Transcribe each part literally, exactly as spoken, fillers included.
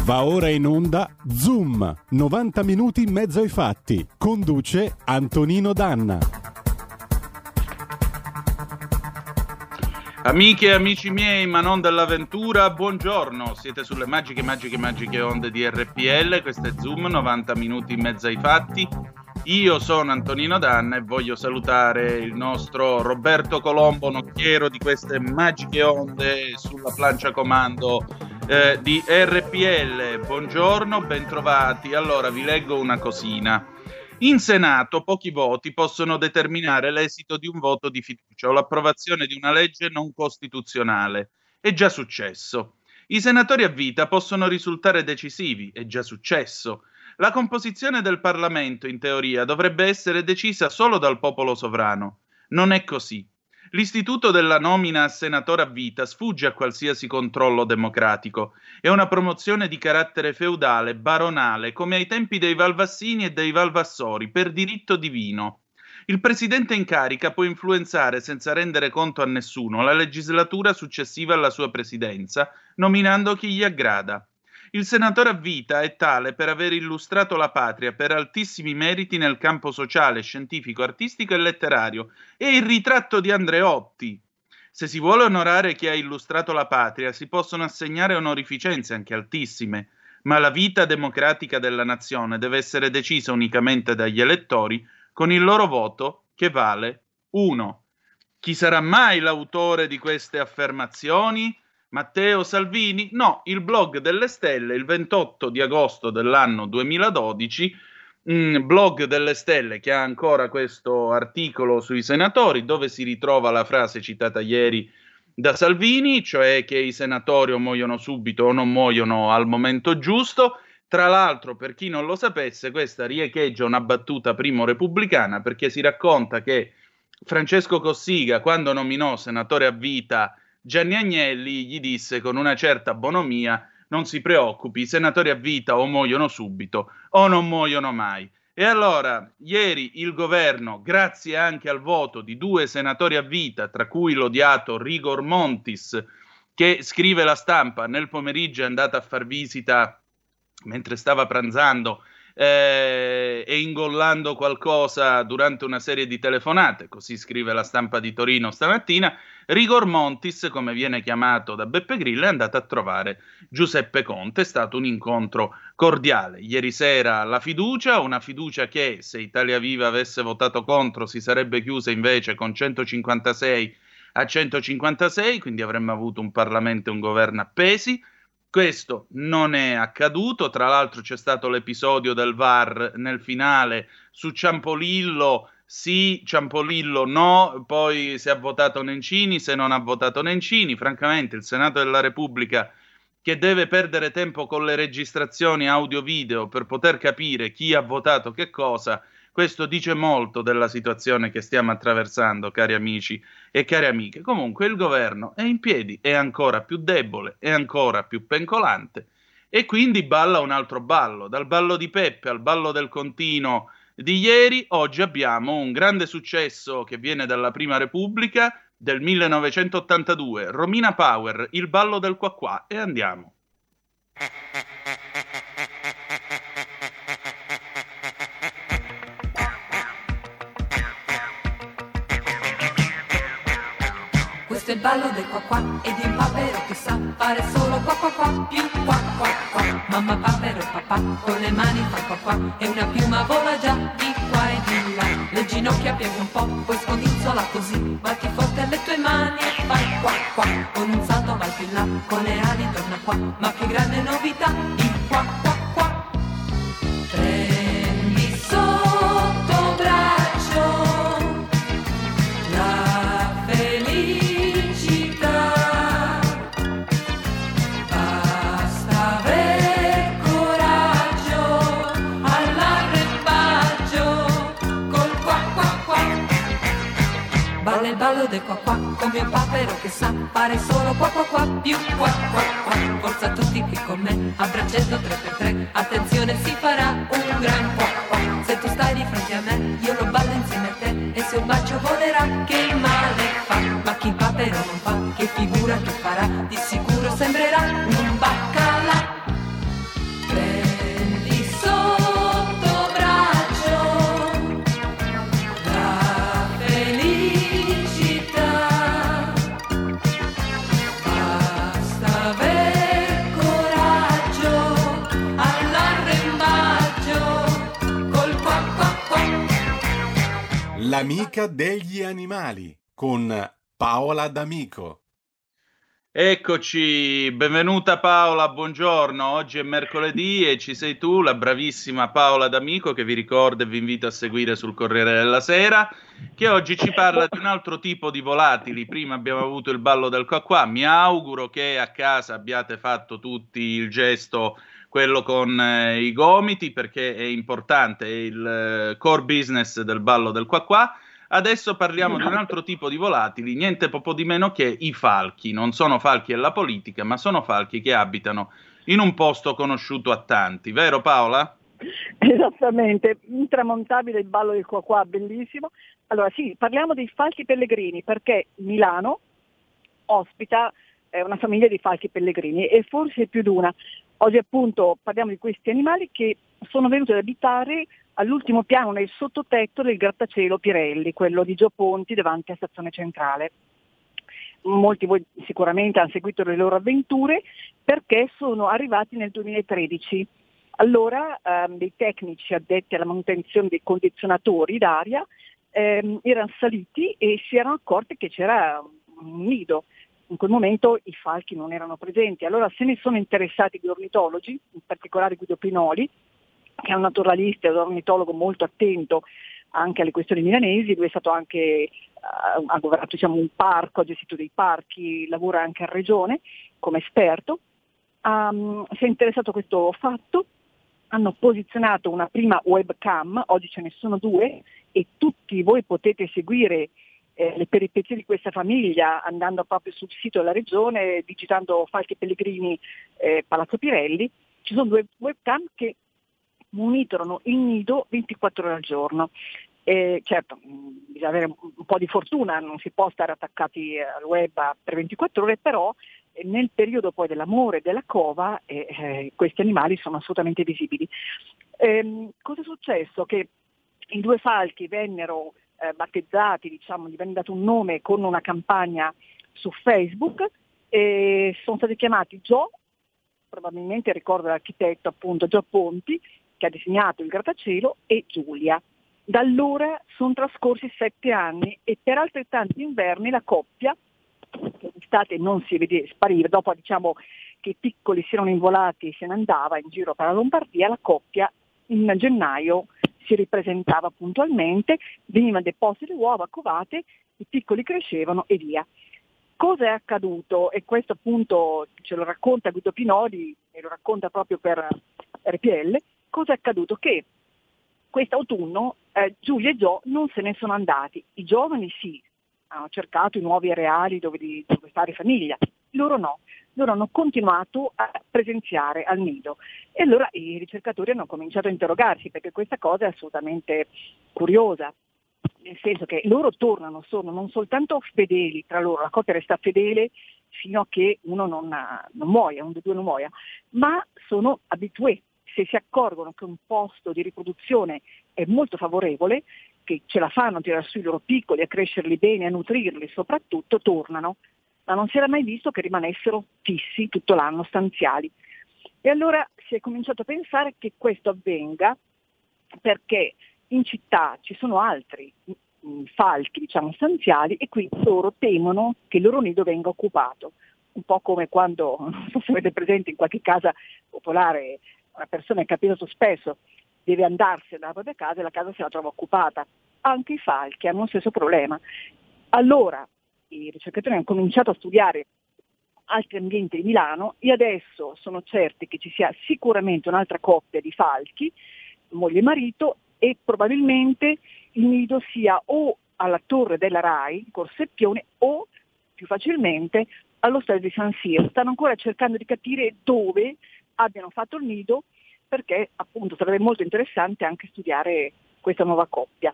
Va ora in onda Zoom, novanta minuti in mezzo ai fatti. Conduce Antonino Danna. Amiche e amici miei, ma non dell'avventura, buongiorno. Siete sulle magiche, magiche, magiche onde di R P L. Questo è Zoom, novanta minuti in mezzo ai fatti. Io sono Antonino Danna e voglio salutare il nostro Roberto Colombo, nocchiero di queste magiche onde sulla plancia comando eh, di R P L. Buongiorno, bentrovati. Allora, vi leggo una cosina. In Senato pochi voti possono determinare l'esito di un voto di fiducia o l'approvazione di una legge non costituzionale. È già successo. I senatori a vita possono risultare decisivi. È già successo. La composizione del Parlamento, in teoria, dovrebbe essere decisa solo dal popolo sovrano. Non è così. L'istituto della nomina a senatore a vita sfugge a qualsiasi controllo democratico. È una promozione di carattere feudale, baronale, come ai tempi dei Valvassini e dei Valvassori, per diritto divino. Il presidente in carica può influenzare, senza rendere conto a nessuno, la legislatura successiva alla sua presidenza, nominando chi gli aggrada. Il senatore a vita è tale per aver illustrato la patria per altissimi meriti nel campo sociale, scientifico, artistico e letterario. È il ritratto di Andreotti. Se si vuole onorare chi ha illustrato la patria, si possono assegnare onorificenze anche altissime, ma la vita democratica della nazione deve essere decisa unicamente dagli elettori con il loro voto, che vale uno. Chi sarà mai l'autore di queste affermazioni? Matteo Salvini? No, il blog delle stelle, il ventotto di agosto dell'anno duemiladodici, mh, blog delle stelle che ha ancora questo articolo sui senatori, dove si ritrova la frase citata ieri da Salvini, cioè che i senatori o muoiono subito o non muoiono al momento giusto. Tra l'altro, per chi non lo sapesse, questa riecheggia una battuta primo repubblicana, perché si racconta che Francesco Cossiga, quando nominò senatore a vita Gianni Agnelli, gli disse con una certa bonomia: non si preoccupi, i senatori a vita o muoiono subito o non muoiono mai. E allora, ieri il governo, grazie anche al voto di due senatori a vita, tra cui l'odiato Rigor Montis, che, scrive La Stampa, nel pomeriggio è andata a far visita mentre stava pranzando eh, e ingollando qualcosa durante una serie di telefonate, così scrive La Stampa di Torino stamattina. Rigor Montis, come viene chiamato da Beppe Grillo, è andato a trovare Giuseppe Conte. È stato un incontro cordiale. Ieri sera la fiducia, una fiducia che, se Italia Viva avesse votato contro, si sarebbe chiusa invece con centocinquantasei a centocinquantasei, quindi avremmo avuto un Parlamento e un governo appesi. Questo non è accaduto. Tra l'altro c'è stato l'episodio del V A R nel finale su Ciampolillo. Sì, Ciampolillo no, poi se ha votato Nencini, se non ha votato Nencini. Francamente il Senato della Repubblica, che deve perdere tempo con le registrazioni audio-video per poter capire chi ha votato che cosa, questo dice molto della situazione che stiamo attraversando, cari amici e cari amiche. Comunque il governo è in piedi, è ancora più debole, è ancora più pencolante e quindi balla un altro ballo. Dal ballo di Peppe al ballo del Contino di ieri, oggi abbiamo un grande successo che viene dalla Prima Repubblica del millenovecentottantadue, Romina Power, il ballo del qua qua, e andiamo. Questo è il ballo del qua qua e di un papero che sa fare solo qua qua qua più qua qua qua. Mamma papero papà con le mani fa qua qua e una piuma vola già di qua e di là. Le ginocchia piega un po', poi scodinzola così, batti forte alle tue mani e fai qua qua. Con un salto vai più in là, con le ali torna qua, ma che grande novità, il qua qua qua. Prendi sotto braccio la felicità, basta aver coraggio all'arrembaggio col qua qua qua. Balla il ballo del qua qua con mio papero che sa fare solo qua qua qua più qua qua qua. Forza tutti qui con me a braccetto tre per tre, attenzione si farà un gran qua qua. Se tu stai di fronte a me io lo ballo insieme a te e se un bacio volerà che male fa. Ma chi papero non fa, che figura che farà, di sicuro sembrerà un baccalà. L'amica degli animali con Paola D'Amico. Eccoci, benvenuta Paola, buongiorno. Oggi è mercoledì e ci sei tu, la bravissima Paola D'Amico, che vi ricordo e vi invito a seguire sul Corriere della Sera, che oggi ci parla di un altro tipo di volatili. Prima abbiamo avuto il ballo del qua qua. Mi auguro che a casa abbiate fatto tutti il gesto, quello con eh, i gomiti, perché è importante, è il eh, core business del ballo del qua qua. Adesso parliamo di un altro tipo di volatili, niente poco di meno che i falchi. Non sono falchi della politica, ma sono falchi che abitano in un posto conosciuto a tanti, vero Paola? Esattamente, intramontabile il ballo del qua qua, bellissimo. Allora sì, parliamo dei falchi pellegrini perché Milano ospita eh, una famiglia di falchi pellegrini e forse più di una. Oggi appunto parliamo di questi animali che sono venuti ad abitare all'ultimo piano nel sottotetto del grattacielo Pirelli, quello di Gio Ponti davanti a Stazione Centrale. Molti voi sicuramente hanno seguito le loro avventure perché sono arrivati nel duemilatredici. Allora ehm, dei tecnici addetti alla manutenzione dei condizionatori d'aria ehm, erano saliti e si erano accorti che c'era un nido. In quel momento i falchi non erano presenti, allora se ne sono interessati gli ornitologi, in particolare Guido Pinoli, che è un naturalista e un ornitologo molto attento anche alle questioni milanesi. Lui è stato anche, uh, ha governato diciamo, un parco, ha gestito dei parchi, lavora anche in regione come esperto. Um, si è interessato a questo fatto, hanno posizionato una prima webcam, oggi ce ne sono due e tutti voi potete seguire eh, le peripezie di questa famiglia andando proprio sul sito della regione, digitando Falchi Pellegrini eh, Palazzo Pirelli. Ci sono due webcam che monitorano il nido ventiquattro ore al giorno. Eh, certo, mh, bisogna avere un po' di fortuna, non si può stare attaccati al web per ventiquattro ore, però eh, nel periodo poi dell'amore e della cova eh, eh, questi animali sono assolutamente visibili. Eh, cosa è successo? Che i due falchi vennero eh, battezzati, diciamo, gli venne dato un nome con una campagna su Facebook e sono stati chiamati Gio, probabilmente ricordo l'architetto appunto Gio Ponti, che ha disegnato il grattacielo, e Giulia. Da allora sono trascorsi sette anni e per altrettanti inverni la coppia, che d'estate non si vede, spariva, dopo diciamo che i piccoli si erano involati e se ne andava in giro per la Lombardia, la coppia in gennaio si ripresentava puntualmente, venivano deposte le uova covate, i piccoli crescevano e via. Cosa è accaduto? E questo appunto ce lo racconta Guido Pinoli e lo racconta proprio per R P L. Cosa è accaduto? Che quest'autunno eh, Giulia e Gio non se ne sono andati. I giovani sì, hanno cercato i nuovi areali dove, di, dove fare famiglia, loro no. Loro hanno continuato a presenziare al nido e allora i ricercatori hanno cominciato a interrogarsi perché questa cosa è assolutamente curiosa. Nel senso che loro tornano, sono non soltanto fedeli tra loro, la coppia resta fedele fino a che uno non, non muoia, uno dei due non muoia, ma sono abitué. Se si accorgono che un posto di riproduzione è molto favorevole, che ce la fanno a tirare su i loro piccoli, a crescerli bene, a nutrirli soprattutto, tornano. Ma non si era mai visto che rimanessero fissi tutto l'anno, stanziali. E allora si è cominciato a pensare che questo avvenga perché in città ci sono altri mh, falchi, diciamo, stanziali e qui loro temono che il loro nido venga occupato. Un po' come quando, non so se avete presente in qualche casa popolare, una persona è capitato spesso, deve andarsene dalla propria casa e la casa se la trova occupata. Anche i falchi hanno lo stesso problema. Allora i ricercatori hanno cominciato a studiare altri ambienti di Milano e adesso sono certi che ci sia sicuramente un'altra coppia di falchi, moglie e marito, e probabilmente il nido sia o alla torre della RAI, Corseppione, o più facilmente allo stadio di San Siro. Stanno ancora cercando di capire dove abbiano fatto il nido perché appunto sarebbe molto interessante anche studiare questa nuova coppia.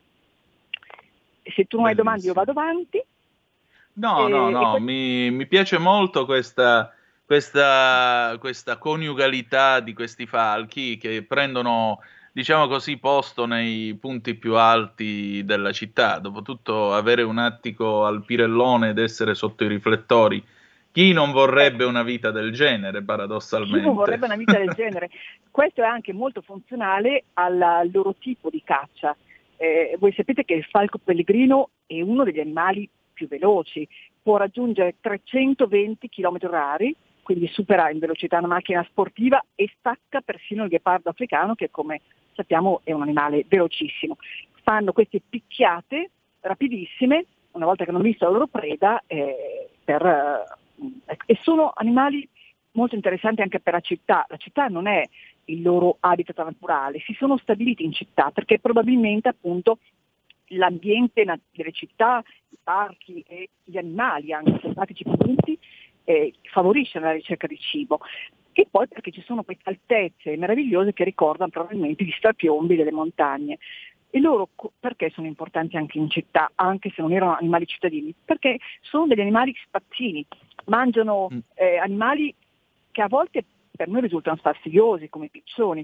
E se tu non hai domande io vado avanti. No, e, no, no, que- mi, mi piace molto questa, questa, questa coniugalità di questi falchi che prendono, diciamo così, posto nei punti più alti della città. Dopotutto avere un attico al Pirellone ed essere sotto i riflettori, chi non vorrebbe una vita del genere, paradossalmente? Chi non vorrebbe una vita del genere? Questo è anche molto funzionale al, al loro tipo di caccia. Eh, voi sapete che il falco pellegrino è uno degli animali più veloci, può raggiungere trecentoventi chilometri orari, quindi supera in velocità una macchina sportiva e stacca persino il ghepardo africano, che come sappiamo è un animale velocissimo. Fanno queste picchiate rapidissime, una volta che hanno visto la loro preda, eh, per, eh, e sono animali molto interessanti anche per la città. La città non è il loro habitat naturale, si sono stabiliti in città perché probabilmente appunto l'ambiente delle città, i parchi e gli animali anche selvatici punti eh, favoriscono la ricerca di cibo, e poi perché ci sono queste altezze meravigliose che ricordano probabilmente gli strapiombi delle montagne. E loro perché sono importanti anche in città, anche se non erano animali cittadini? Perché sono degli animali spazzini, mangiano eh, animali che a volte per noi risultano fastidiosi, come i piccioni,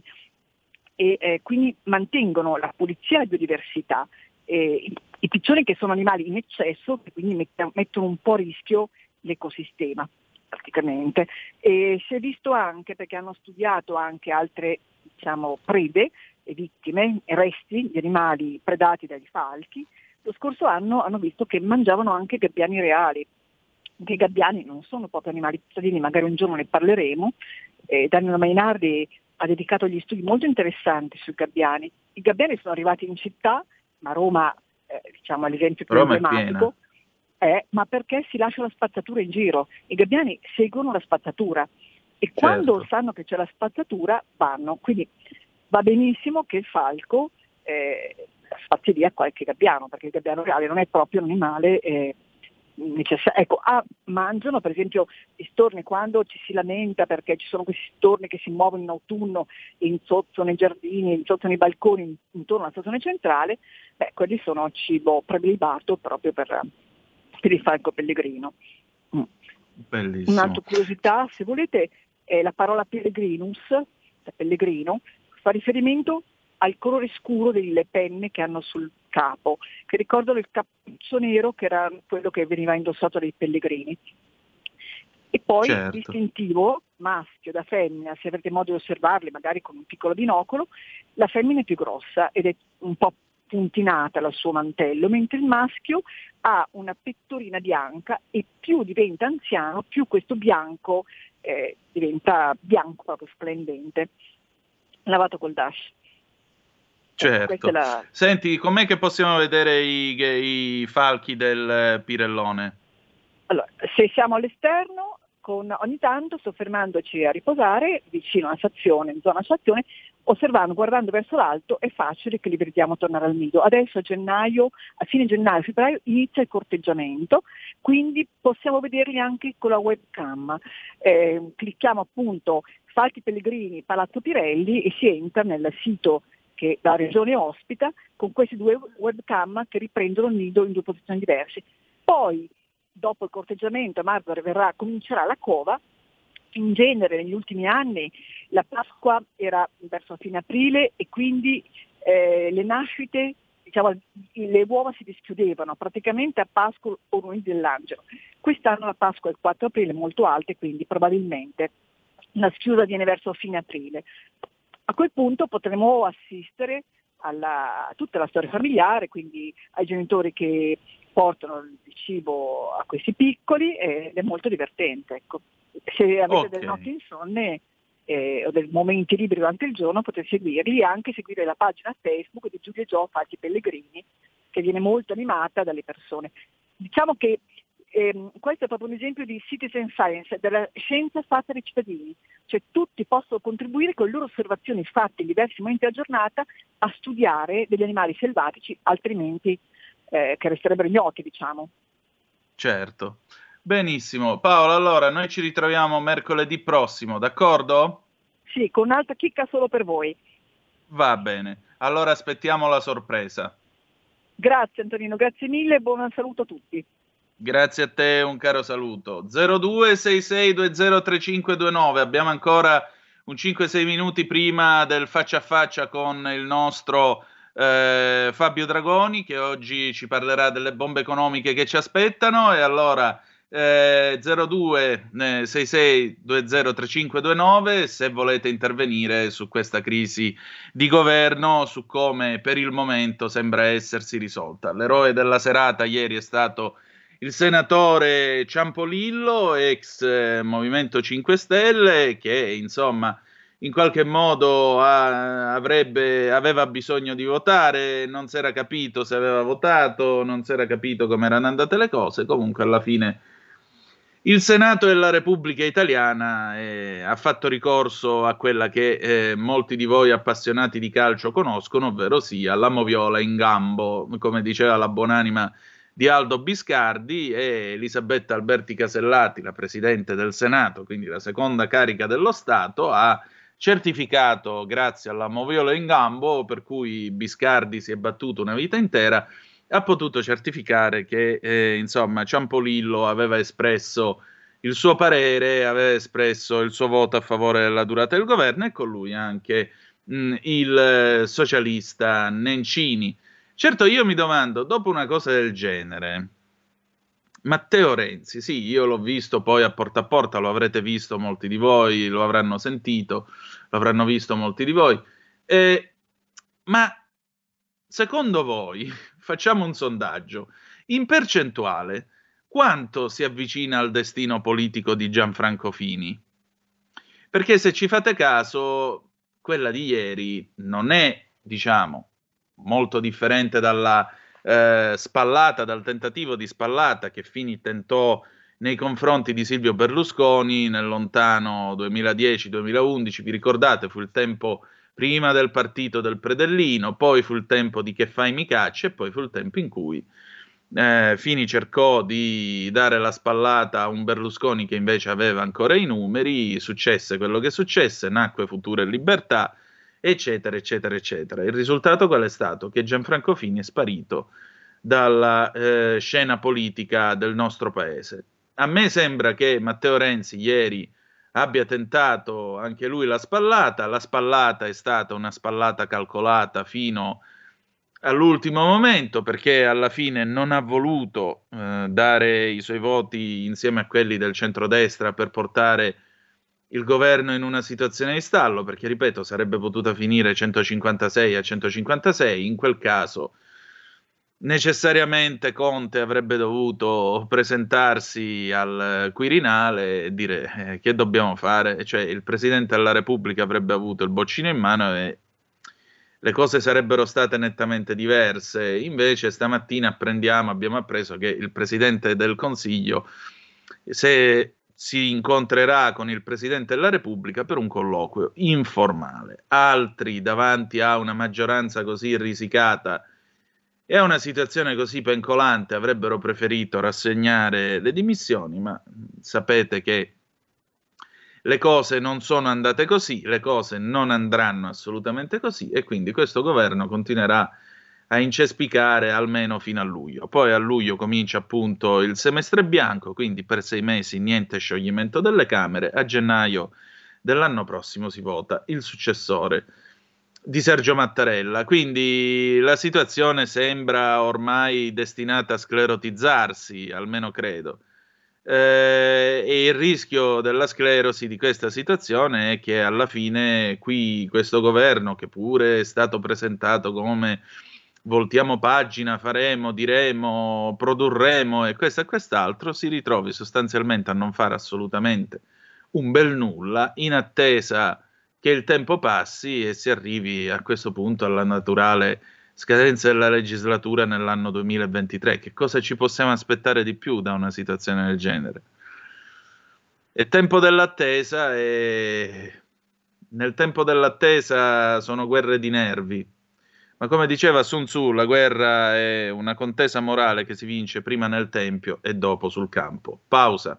e eh, quindi mantengono la pulizia e la biodiversità. Eh, i, I piccioni, che sono animali in eccesso, che quindi met- mettono un po' a rischio l'ecosistema praticamente. E si è visto anche, perché hanno studiato anche altre, diciamo, prede e vittime, e resti di animali predati dai falchi, lo scorso anno hanno visto che mangiavano anche gabbiani reali, che i gabbiani non sono proprio animali cittadini, magari un giorno ne parleremo. eh, Daniel Mainardi ha dedicato degli studi molto interessanti sui gabbiani. I gabbiani sono arrivati in città, ma Roma eh, diciamo è l'esempio più Roma è emblematico, eh, ma perché si lascia la spazzatura in giro. I gabbiani seguono la spazzatura e quando Certo. sanno che c'è la spazzatura vanno, quindi va benissimo che il falco eh, spazzi via qualche gabbiano, perché il gabbiano reale non è proprio un animale eh, necessario. Ecco, ah, mangiano per esempio gli storni, quando ci si lamenta perché ci sono questi storni che si muovono in autunno e insozzano nei giardini, insozzano nei balconi intorno alla stazione centrale, beh, quelli sono cibo prelibato proprio per, per il falco pellegrino. Mm. Bellissimo. Un'altra curiosità, se volete, è la parola pellegrinus, da pellegrino, fa riferimento al colore scuro delle penne che hanno sul capo, che ricordano il cappuccio nero che era quello che veniva indossato dai pellegrini. E poi Certo. distintivo, maschio da femmina, se avrete modo di osservarli magari con un piccolo binocolo, la femmina è più grossa ed è un po' puntinata al suo mantello, mentre il maschio ha una pettorina bianca e più diventa anziano, più questo bianco eh, diventa bianco proprio splendente, lavato col dash. Certo. Ecco, la... Senti, com'è che possiamo vedere i, i falchi del Pirellone? Allora, se siamo all'esterno, con, ogni tanto soffermandoci a riposare vicino alla stazione, in zona stazione, osservando, guardando verso l'alto, è facile che li vediamo tornare al nido. Adesso a gennaio, a fine gennaio, febbraio inizia il corteggiamento, quindi possiamo vederli anche con la webcam. Eh, clicchiamo appunto Falchi Pellegrini Palazzo Pirelli e si entra nel sito che la regione ospita con questi due webcam che riprendono il nido in due posizioni diverse. Poi, dopo il corteggiamento, a marzo verrà, comincerà la cova. In genere negli ultimi anni la Pasqua era verso fine aprile e quindi eh, le nascite, diciamo, le uova si dischiudevano praticamente a Pasqua o lunedì dell'angelo. Quest'anno la Pasqua è il quattro aprile, molto alta, e quindi probabilmente la schiusa viene verso fine aprile. A quel punto potremo assistere alla, a tutta la storia familiare, quindi ai genitori che portano il cibo a questi piccoli, ed è molto divertente. Ecco. Se avete Okay. delle notti insonne eh, o dei momenti liberi durante il giorno, potete seguirli e anche seguire la pagina Facebook di Giulia e Gio Falchi Pellegrini, che viene molto animata dalle persone. Diciamo che ehm, questo è proprio un esempio di citizen science, della scienza fatta dai cittadini, cioè tutti possono contribuire con le loro osservazioni fatte in diversi momenti della giornata a studiare degli animali selvatici, altrimenti eh, che resterebbero ignoti, diciamo. Certo. Benissimo. Paolo, allora noi ci ritroviamo mercoledì prossimo, d'accordo? Sì, con un'altra chicca solo per voi. Va bene. Allora aspettiamo la sorpresa. Grazie Antonino, grazie mille e buon saluto a tutti. Grazie a te, un caro saluto. zero due sei sei due zero tre cinque due nove. Abbiamo ancora un cinque sei minuti prima del faccia a faccia con il nostro eh, Fabio Dragoni, che oggi ci parlerà delle bombe economiche che ci aspettano, e allora Eh, zero due sei sei due zero tre cinque due nove se volete intervenire su questa crisi di governo, su come per il momento sembra essersi risolta. L'eroe della serata ieri è stato il senatore Ciampolillo, ex eh, Movimento cinque Stelle, che insomma in qualche modo ha, avrebbe, aveva bisogno di votare, non si era capito se aveva votato, non si era capito come erano andate le cose. Comunque alla fine il Senato della Repubblica Italiana eh, ha fatto ricorso a quella che eh, molti di voi appassionati di calcio conoscono, ovvero sia la moviola in gambo, come diceva la buonanima di Aldo Biscardi, e Elisabetta Alberti Casellati, la Presidente del Senato, quindi la seconda carica dello Stato, ha certificato, grazie alla moviola in gambo, per cui Biscardi si è battuto una vita intera, ha potuto certificare che eh, insomma Ciampolillo aveva espresso il suo parere, aveva espresso il suo voto a favore della durata del governo, e con lui anche mh, il eh, socialista Nencini. Certo, io mi domando, dopo una cosa del genere, Matteo Renzi, sì, io l'ho visto poi a Porta a Porta, lo avrete visto molti di voi, lo avranno sentito, lo avranno visto molti di voi, eh, ma secondo voi, facciamo un sondaggio, in percentuale, quanto si avvicina al destino politico di Gianfranco Fini? Perché se ci fate caso, quella di ieri non è, diciamo, molto differente dalla eh, spallata, dal tentativo di spallata che Fini tentò nei confronti di Silvio Berlusconi nel lontano duemiladieci duemilaundici, vi ricordate, fu il tempo prima del partito del Predellino, poi fu il tempo di Che fai mi cacci, e poi fu il tempo in cui eh, Fini cercò di dare la spallata a un Berlusconi che invece aveva ancora i numeri, successe quello che successe, nacque Futuro e Libertà, eccetera, eccetera, eccetera. Il risultato qual è stato? Che Gianfranco Fini è sparito dalla eh, scena politica del nostro paese. A me sembra che Matteo Renzi ieri abbia tentato anche lui la spallata, la spallata è stata una spallata calcolata fino all'ultimo momento, perché alla fine non ha voluto eh, dare i suoi voti insieme a quelli del centrodestra per portare il governo in una situazione di stallo, perché ripeto, sarebbe potuta finire centocinquantasei a centocinquantasei, in quel caso necessariamente Conte avrebbe dovuto presentarsi al Quirinale e dire eh, che dobbiamo fare, cioè il Presidente della Repubblica avrebbe avuto il boccino in mano e le cose sarebbero state nettamente diverse. Invece stamattina apprendiamo, abbiamo appreso che il Presidente del Consiglio se si incontrerà con il Presidente della Repubblica per un colloquio informale. Altri, davanti a una maggioranza così risicata e a una situazione così pencolante, avrebbero preferito rassegnare le dimissioni, ma sapete che le cose non sono andate così, le cose non andranno assolutamente così, e quindi questo governo continuerà a incespicare almeno fino a luglio. Poi a luglio comincia appunto il semestre bianco, quindi per sei mesi niente scioglimento delle Camere. A gennaio dell'anno prossimo si vota il successore di Sergio Mattarella, quindi la situazione sembra ormai destinata a sclerotizzarsi, almeno credo. Eh, e il rischio della sclerosi di questa situazione è che alla fine qui questo governo, che pure è stato presentato come voltiamo pagina, faremo, diremo, produrremo e questo e quest'altro, si ritrovi sostanzialmente a non fare assolutamente un bel nulla, in attesa che il tempo passi e si arrivi a questo punto alla naturale scadenza della legislatura nell'anno duemilaventitré. Che cosa ci possiamo aspettare di più da una situazione del genere? È tempo dell'attesa e nel tempo dell'attesa sono guerre di nervi. Ma come diceva Sun Tzu, la guerra è una contesa morale che si vince prima nel tempio e dopo sul campo. Pausa.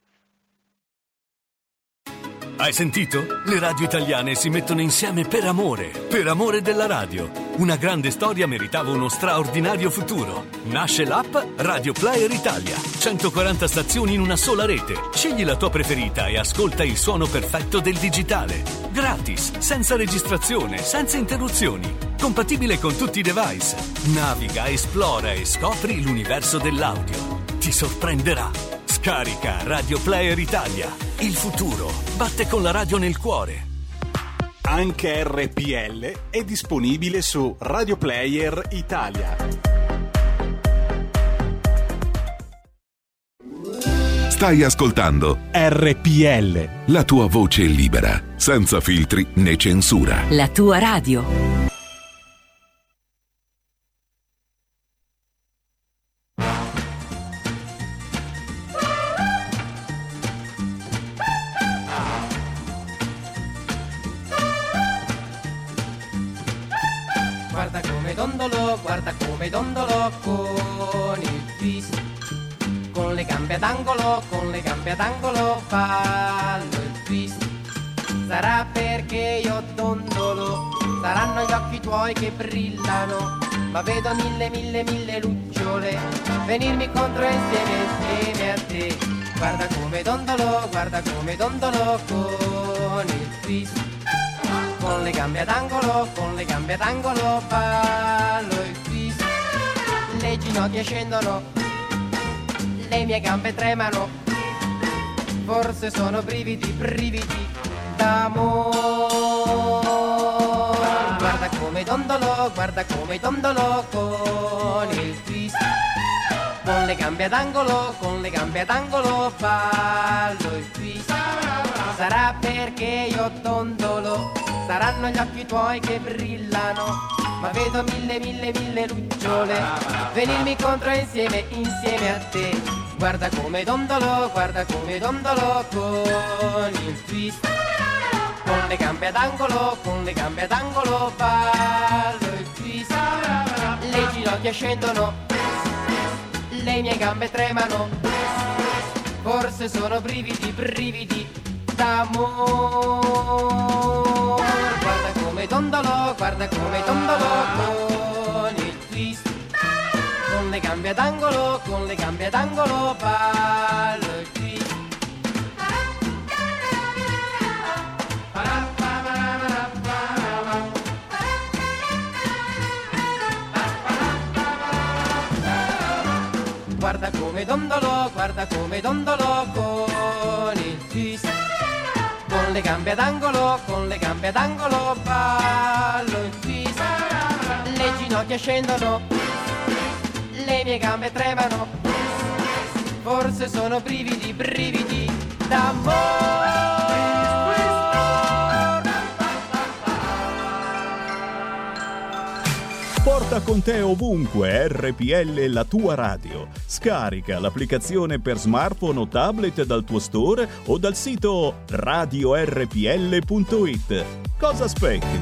Hai sentito? Le radio italiane si mettono insieme per amore, per amore della radio. Una grande storia meritava uno straordinario futuro. Nasce l'app Radio Player Italia. centoquaranta stazioni in una sola rete. Scegli la tua preferita e ascolta il suono perfetto del digitale. Gratis, senza registrazione, senza interruzioni. Compatibile con tutti i device. Naviga, esplora e scopri l'universo dell'audio. Ti sorprenderà. Scarica Radio Player Italia. Il futuro batte con la radio nel cuore. Anche R P L è disponibile su Radio Player Italia. Stai ascoltando R P L, la tua voce libera, senza filtri né censura. La tua radio. Guarda come dondolo, guarda come dondolo con il twist. Con le gambe ad angolo, con le gambe ad angolo fallo il twist. Sarà perché io dondolo, saranno gli occhi tuoi che brillano, ma vedo mille mille mille lucciole venirmi contro insieme insieme a te. Guarda come dondolo, guarda come dondolo con il twist. Con le gambe ad angolo, con le gambe ad angolo fallo il twist. Le ginocchia scendono, le mie gambe tremano, forse sono brividi, brividi d'amore. Guarda come dondolo, guarda come dondolo con il twist. Con le gambe ad angolo, con le gambe ad angolo fallo il twist. Sarà perché io dondolo, saranno gli occhi tuoi che brillano, ma vedo mille mille mille lucciole venirmi contro insieme, insieme a te. Guarda come dondolo, guarda come dondolo con il twist. Con le gambe ad angolo, con le gambe ad angolo ballo il twist. Le ginocchia scendono, le mie gambe tremano, forse sono brividi, brividi d'amore. Guarda come dondolo, guarda come dondolo con il twist. Con le gambe ad angolo, con le gambe ad angolo ballo il twist. Guarda come dondolo, guarda come dondolo con il twist. Con le gambe ad angolo, con le gambe ad angolo ballo il twist. Le ginocchia scendono, le mie gambe tremano, forse sono brividi, brividi d'amore. Porta con te ovunque R P L, la tua radio. Scarica l'applicazione per smartphone o tablet dal tuo store o dal sito radio r p l punto i t. Cosa aspetti?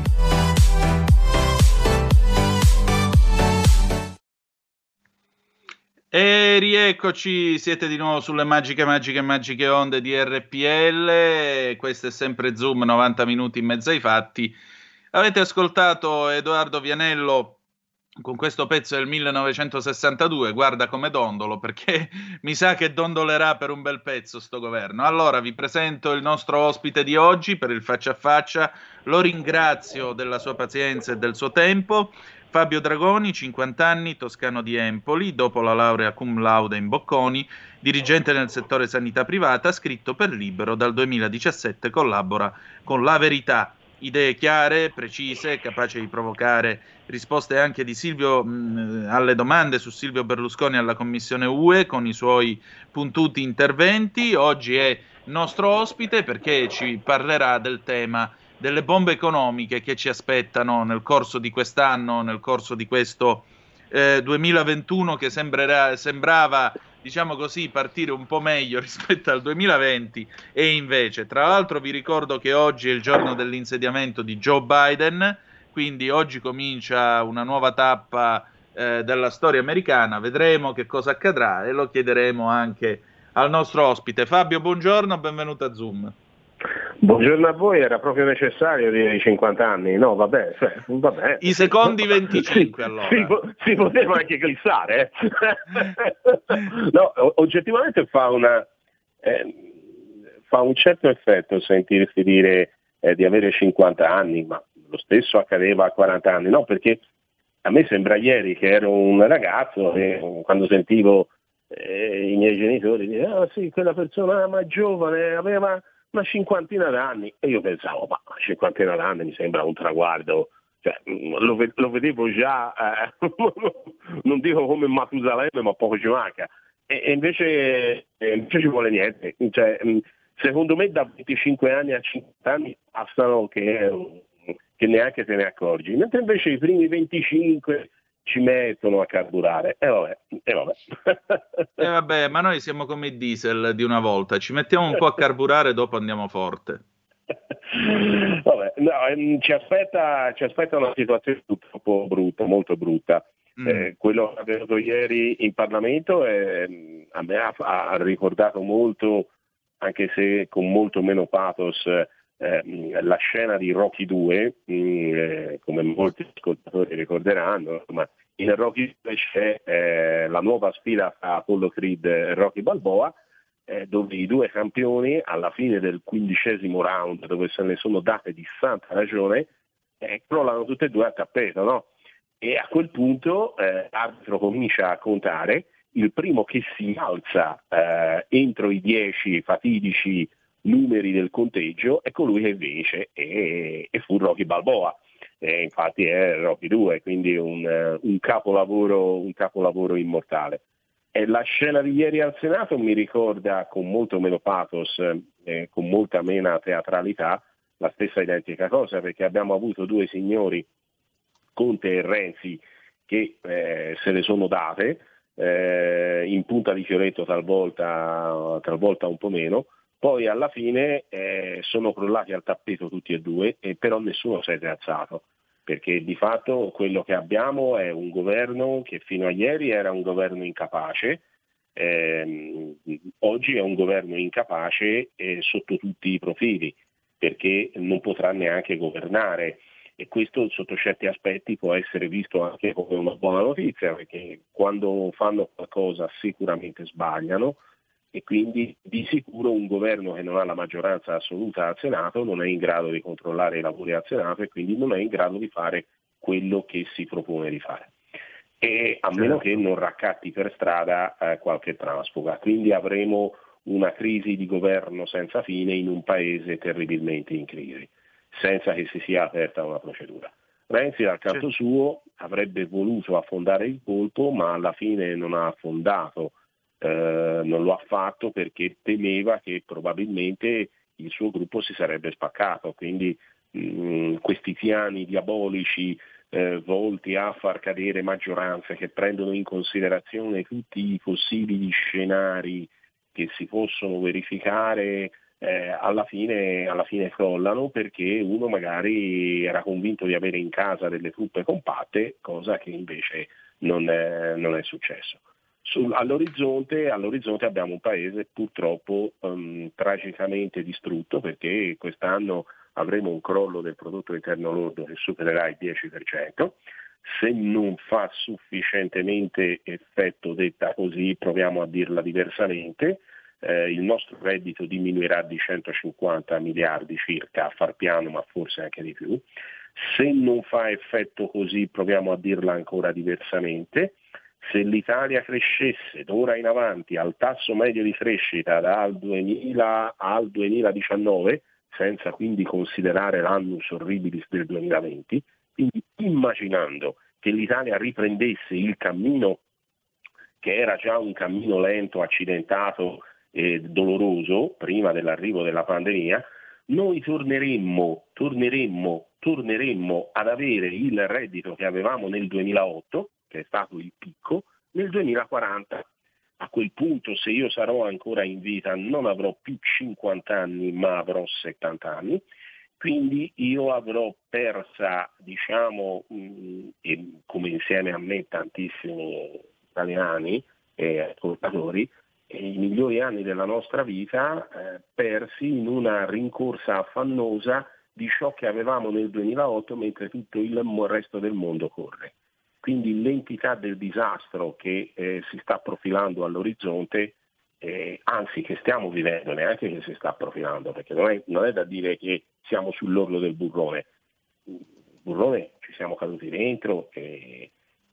E rieccoci, siete di nuovo sulle magiche, magiche, magiche onde di R P L. Questo è sempre Zoom, novanta minuti in mezzo ai fatti. Avete ascoltato Edoardo Vianello con questo pezzo del millenovecentosessantadue, guarda come dondolo, perché mi sa che dondolerà per un bel pezzo sto governo. Allora vi presento il nostro ospite di oggi per il faccia a faccia, lo ringrazio della sua pazienza e del suo tempo. Fabio Dragoni, cinquanta anni, toscano di Empoli, dopo la laurea cum laude in Bocconi, dirigente nel settore sanità privata, scritto per Libero, dal duemiladiciassette collabora con La Verità. Idee chiare, precise, capaci di provocare risposte anche di Silvio mh, alle domande su Silvio Berlusconi alla Commissione U E con i suoi puntuti interventi. Oggi è nostro ospite perché ci parlerà del tema delle bombe economiche che ci aspettano nel corso di quest'anno, nel corso di questo eh, duemilaventuno che sembrerà, sembrava, diciamo così, partire un po' meglio rispetto al duemilaventi, e invece, tra l'altro vi ricordo che oggi è il giorno dell'insediamento di Joe Biden, quindi oggi comincia una nuova tappa eh, della storia americana, vedremo che cosa accadrà e lo chiederemo anche al nostro ospite. Fabio, buongiorno, benvenuto a Zoom. Buongiorno a voi, era proprio necessario dire i cinquanta anni, no vabbè, cioè, vabbè. I secondi venticinque si, allora. Si, si poteva anche glissare, eh? No, oggettivamente fa una eh, fa un certo effetto sentirsi dire eh, di avere cinquanta anni, ma lo stesso accadeva a quaranta anni, no, perché a me sembra ieri che ero un ragazzo e quando sentivo eh, i miei genitori dicevano, ah sì, quella persona era ma giovane, aveva una cinquantina d'anni, e io pensavo, ma una cinquantina d'anni mi sembra un traguardo, cioè, lo, lo vedevo già, eh, non dico come Matusalemme, ma poco ci manca, e, e invece, e invece ci vuole niente, cioè, secondo me da venticinque anni a cinquanta anni passano che, che neanche te ne accorgi, mentre invece i primi venticinque ci mettono a carburare, e vabbè, e vabbè. E eh vabbè, ma noi siamo come i diesel di una volta, ci mettiamo un po' a carburare e dopo andiamo forte. Vabbè, no, ci aspetta, ci aspetta una situazione purtroppo brutta, molto brutta. Mm. Eh, quello che è avvenuto ieri in Parlamento eh, a me ha, ha ricordato molto, anche se con molto meno pathos, eh, la scena di Rocky due, mh, eh, come molti ascoltatori ricorderanno, ma in Rocky due c'è eh, la nuova sfida tra Apollo Creed e Rocky Balboa, eh, dove i due campioni alla fine del quindicesimo round, dove se ne sono date di santa ragione, eh, crollano tutte e due a tappeto, no? E a quel punto eh, l'arbitro comincia a contare, il primo che si alza eh, entro i dieci fatidici numeri del conteggio è colui che vince, e, e fu Rocky Balboa, e infatti è Rocky due, quindi un, un capolavoro, un capolavoro immortale. E la scena di ieri al Senato mi ricorda con molto meno pathos, eh, con molta meno teatralità, la stessa identica cosa, perché abbiamo avuto due signori, Conte e Renzi, che eh, se le sono date, eh, in punta di fioretto talvolta, talvolta un po' meno, poi alla fine eh, sono crollati al tappeto tutti e due, e però nessuno si è rialzato, perché di fatto quello che abbiamo è un governo che fino a ieri era un governo incapace, ehm, oggi è un governo incapace eh, sotto tutti i profili, perché non potrà neanche governare, e questo sotto certi aspetti può essere visto anche come una buona notizia, perché quando fanno qualcosa sicuramente sbagliano, e quindi di sicuro un governo che non ha la maggioranza assoluta al Senato non è in grado di controllare i lavori al Senato, e quindi non è in grado di fare quello che si propone di fare, e a meno che non raccatti per strada eh, qualche trasfuga. Quindi avremo una crisi di governo senza fine in un paese terribilmente in crisi, senza che si sia aperta una procedura. Renzi dal canto suo avrebbe voluto affondare il colpo, ma alla fine non ha affondato, eh, non lo ha fatto perché temeva che probabilmente il suo gruppo si sarebbe spaccato, quindi mh, questi piani diabolici eh, volti a far cadere maggioranze che prendono in considerazione tutti i possibili scenari che si possono verificare, Eh, alla fine, alla fine crollano, perché uno magari era convinto di avere in casa delle truppe compatte, cosa che invece non è, non è successo. Sul, all'orizzonte, all'orizzonte abbiamo un paese purtroppo um, tragicamente distrutto, perché quest'anno avremo un crollo del prodotto interno lordo che supererà il dieci per cento. Se non fa sufficientemente effetto, detta così, proviamo a dirla diversamente, Eh, il nostro reddito diminuirà di centocinquanta miliardi circa, a far piano, ma forse anche di più. Se non fa effetto così, proviamo a dirla ancora diversamente, se l'Italia crescesse d'ora in avanti al tasso medio di crescita dal duemila al duemiladiciannove, senza quindi considerare l'annus horribilis del duemilaventi, quindi immaginando che l'Italia riprendesse il cammino che era già un cammino lento, accidentato e doloroso prima dell'arrivo della pandemia, noi torneremmo, torneremmo, torneremmo ad avere il reddito che avevamo nel duemilaotto, che è stato il picco, nel duemilaquaranta. A quel punto, se io sarò ancora in vita, non avrò più cinquanta anni, ma avrò settanta anni, quindi io avrò persa, diciamo, mh, e come insieme a me tantissimi italiani e ascoltatori, i migliori anni della nostra vita eh, persi in una rincorsa affannosa di ciò che avevamo nel duemilaotto, mentre tutto il resto del mondo corre. Quindi l'entità del disastro che eh, si sta profilando all'orizzonte, eh, anzi che stiamo vivendo, neanche che si sta profilando, perché non è, non è da dire che siamo sull'orlo del burrone. Il burrone ci siamo caduti dentro e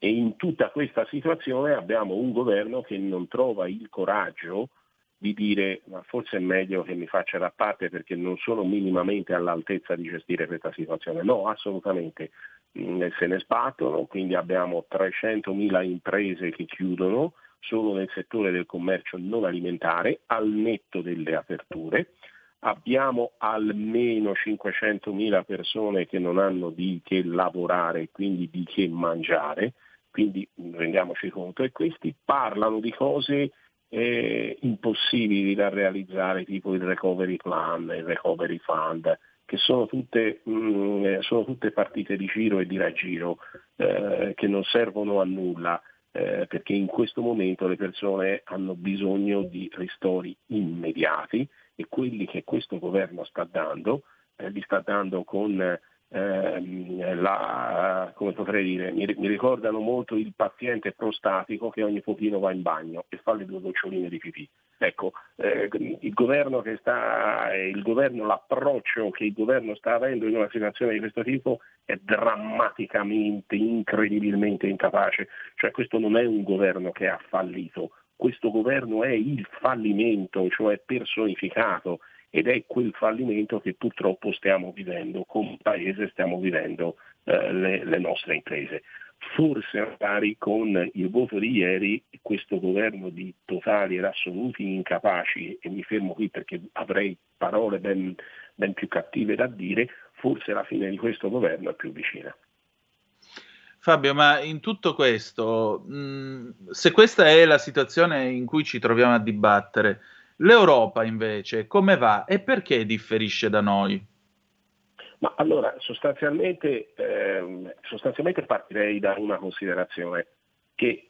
E in tutta questa situazione abbiamo un governo che non trova il coraggio di dire ma forse è meglio che mi faccia da parte perché non sono minimamente all'altezza di gestire questa situazione. No, assolutamente, mh, se ne sbattono, quindi abbiamo trecentomila imprese che chiudono solo nel settore del commercio non alimentare, al netto delle aperture. Abbiamo almeno cinquecentomila persone che non hanno di che lavorare, quindi di che mangiare, quindi rendiamoci conto, e questi parlano di cose eh, impossibili da realizzare, tipo il recovery plan, il recovery fund, che sono tutte, mh, sono tutte partite di giro e di raggiro eh, che non servono a nulla, eh, perché in questo momento le persone hanno bisogno di ristori immediati, e quelli che questo governo sta dando, eh, li sta dando con ehm, la, come potrei dire, mi, mi ricordano molto il paziente prostatico che ogni pochino va in bagno e fa le due goccioline di pipì. Ecco, eh, il governo che sta, il governo, l'approccio che il governo sta avendo in una situazione di questo tipo è drammaticamente, incredibilmente incapace. Cioè questo non è un governo che ha fallito. Questo governo è il fallimento, cioè personificato, ed è quel fallimento che purtroppo stiamo vivendo come paese, stiamo vivendo eh, le, le nostre imprese. Forse magari con il voto di ieri questo governo di totali ed assoluti incapaci, e mi fermo qui perché avrei parole ben, ben più cattive da dire, forse la fine di questo governo è più vicina. Fabio, ma in tutto questo, mh, se questa è la situazione in cui ci troviamo a dibattere, l'Europa invece come va e perché differisce da noi? Ma allora, sostanzialmente, ehm, sostanzialmente partirei da una considerazione, che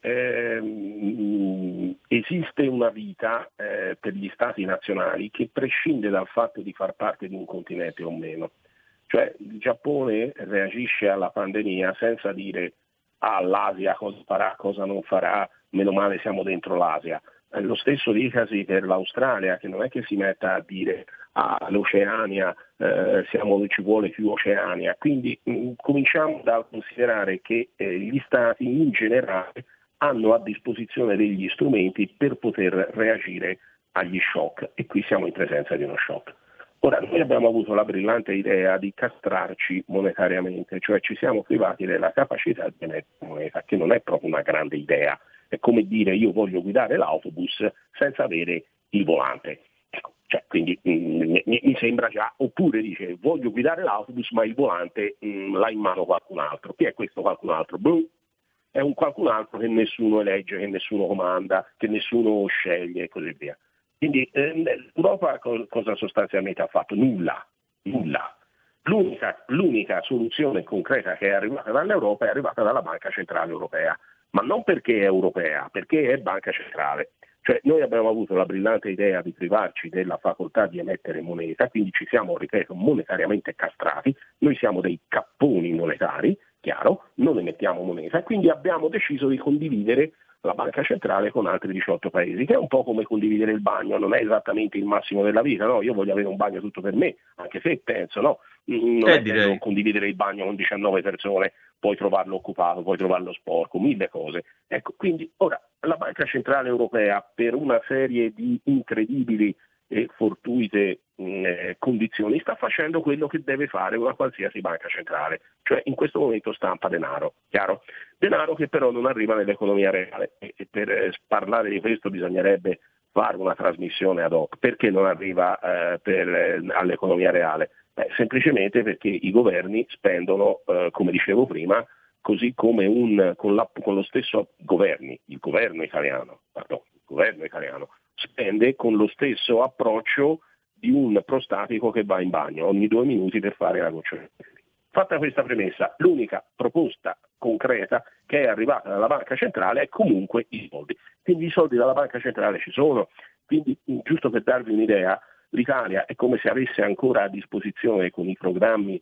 ehm, esiste una vita eh, per gli stati nazionali che prescinde dal fatto di far parte di un continente o meno. Cioè il Giappone reagisce alla pandemia senza dire ah, l'Asia cosa farà, cosa non farà, meno male siamo dentro l'Asia. Eh, lo stesso dicasi per l'Australia, che non è che si metta a dire ah, l'Oceania, eh, siamo, ci vuole più Oceania. Quindi mh, cominciamo dal considerare che eh, gli stati in generale hanno a disposizione degli strumenti per poter reagire agli shock, e qui siamo in presenza di uno shock. Ora, noi abbiamo avuto la brillante idea di castrarci monetariamente, cioè ci siamo privati della capacità di emettere moneta, che non è proprio una grande idea. È come dire io voglio guidare l'autobus senza avere il volante. Ecco, cioè, quindi mh, mi, mi sembra già, oppure dice voglio guidare l'autobus ma il volante mh, l'ha in mano qualcun altro. Chi è questo qualcun altro? Boh, è un qualcun altro che nessuno elegge, che nessuno comanda, che nessuno sceglie e così via. Quindi eh, l'Europa cosa sostanzialmente ha fatto? Nulla, nulla. L'unica, l'unica soluzione concreta che è arrivata dall'Europa è arrivata dalla Banca Centrale Europea, ma non perché è europea, perché è Banca Centrale. Cioè noi abbiamo avuto la brillante idea di privarci della facoltà di emettere moneta, quindi ci siamo, ripeto, monetariamente castrati, noi siamo dei capponi monetari, chiaro, non emettiamo moneta, e quindi abbiamo deciso di condividere la banca centrale con altri diciotto paesi, che è un po' come condividere il bagno, non è esattamente il massimo della vita, no? Io voglio avere un bagno tutto per me, anche se penso, no? Non eh, è bello condividere il bagno con diciannove persone, puoi trovarlo occupato, puoi trovarlo sporco, mille cose. Ecco, quindi ora la Banca Centrale Europea, per una serie di incredibili e fortuite eh, condizioni, sta facendo quello che deve fare una qualsiasi banca centrale, cioè in questo momento stampa denaro, chiaro? Denaro che però non arriva nell'economia reale, e, e per eh, parlare di questo bisognerebbe fare una trasmissione ad hoc. Perché non arriva eh, per, eh, all'economia reale? Beh, semplicemente perché i governi spendono, eh, come dicevo prima, così come un, con, la, con lo stesso governi, il governo italiano, pardon, il governo italiano spende con lo stesso approccio di un prostatico che va in bagno ogni due minuti per fare la goccia. Fatta questa premessa, l'unica proposta concreta che è arrivata dalla Banca Centrale è comunque i soldi. Quindi i soldi dalla Banca Centrale ci sono, quindi giusto per darvi un'idea, l'Italia è come se avesse ancora a disposizione con i programmi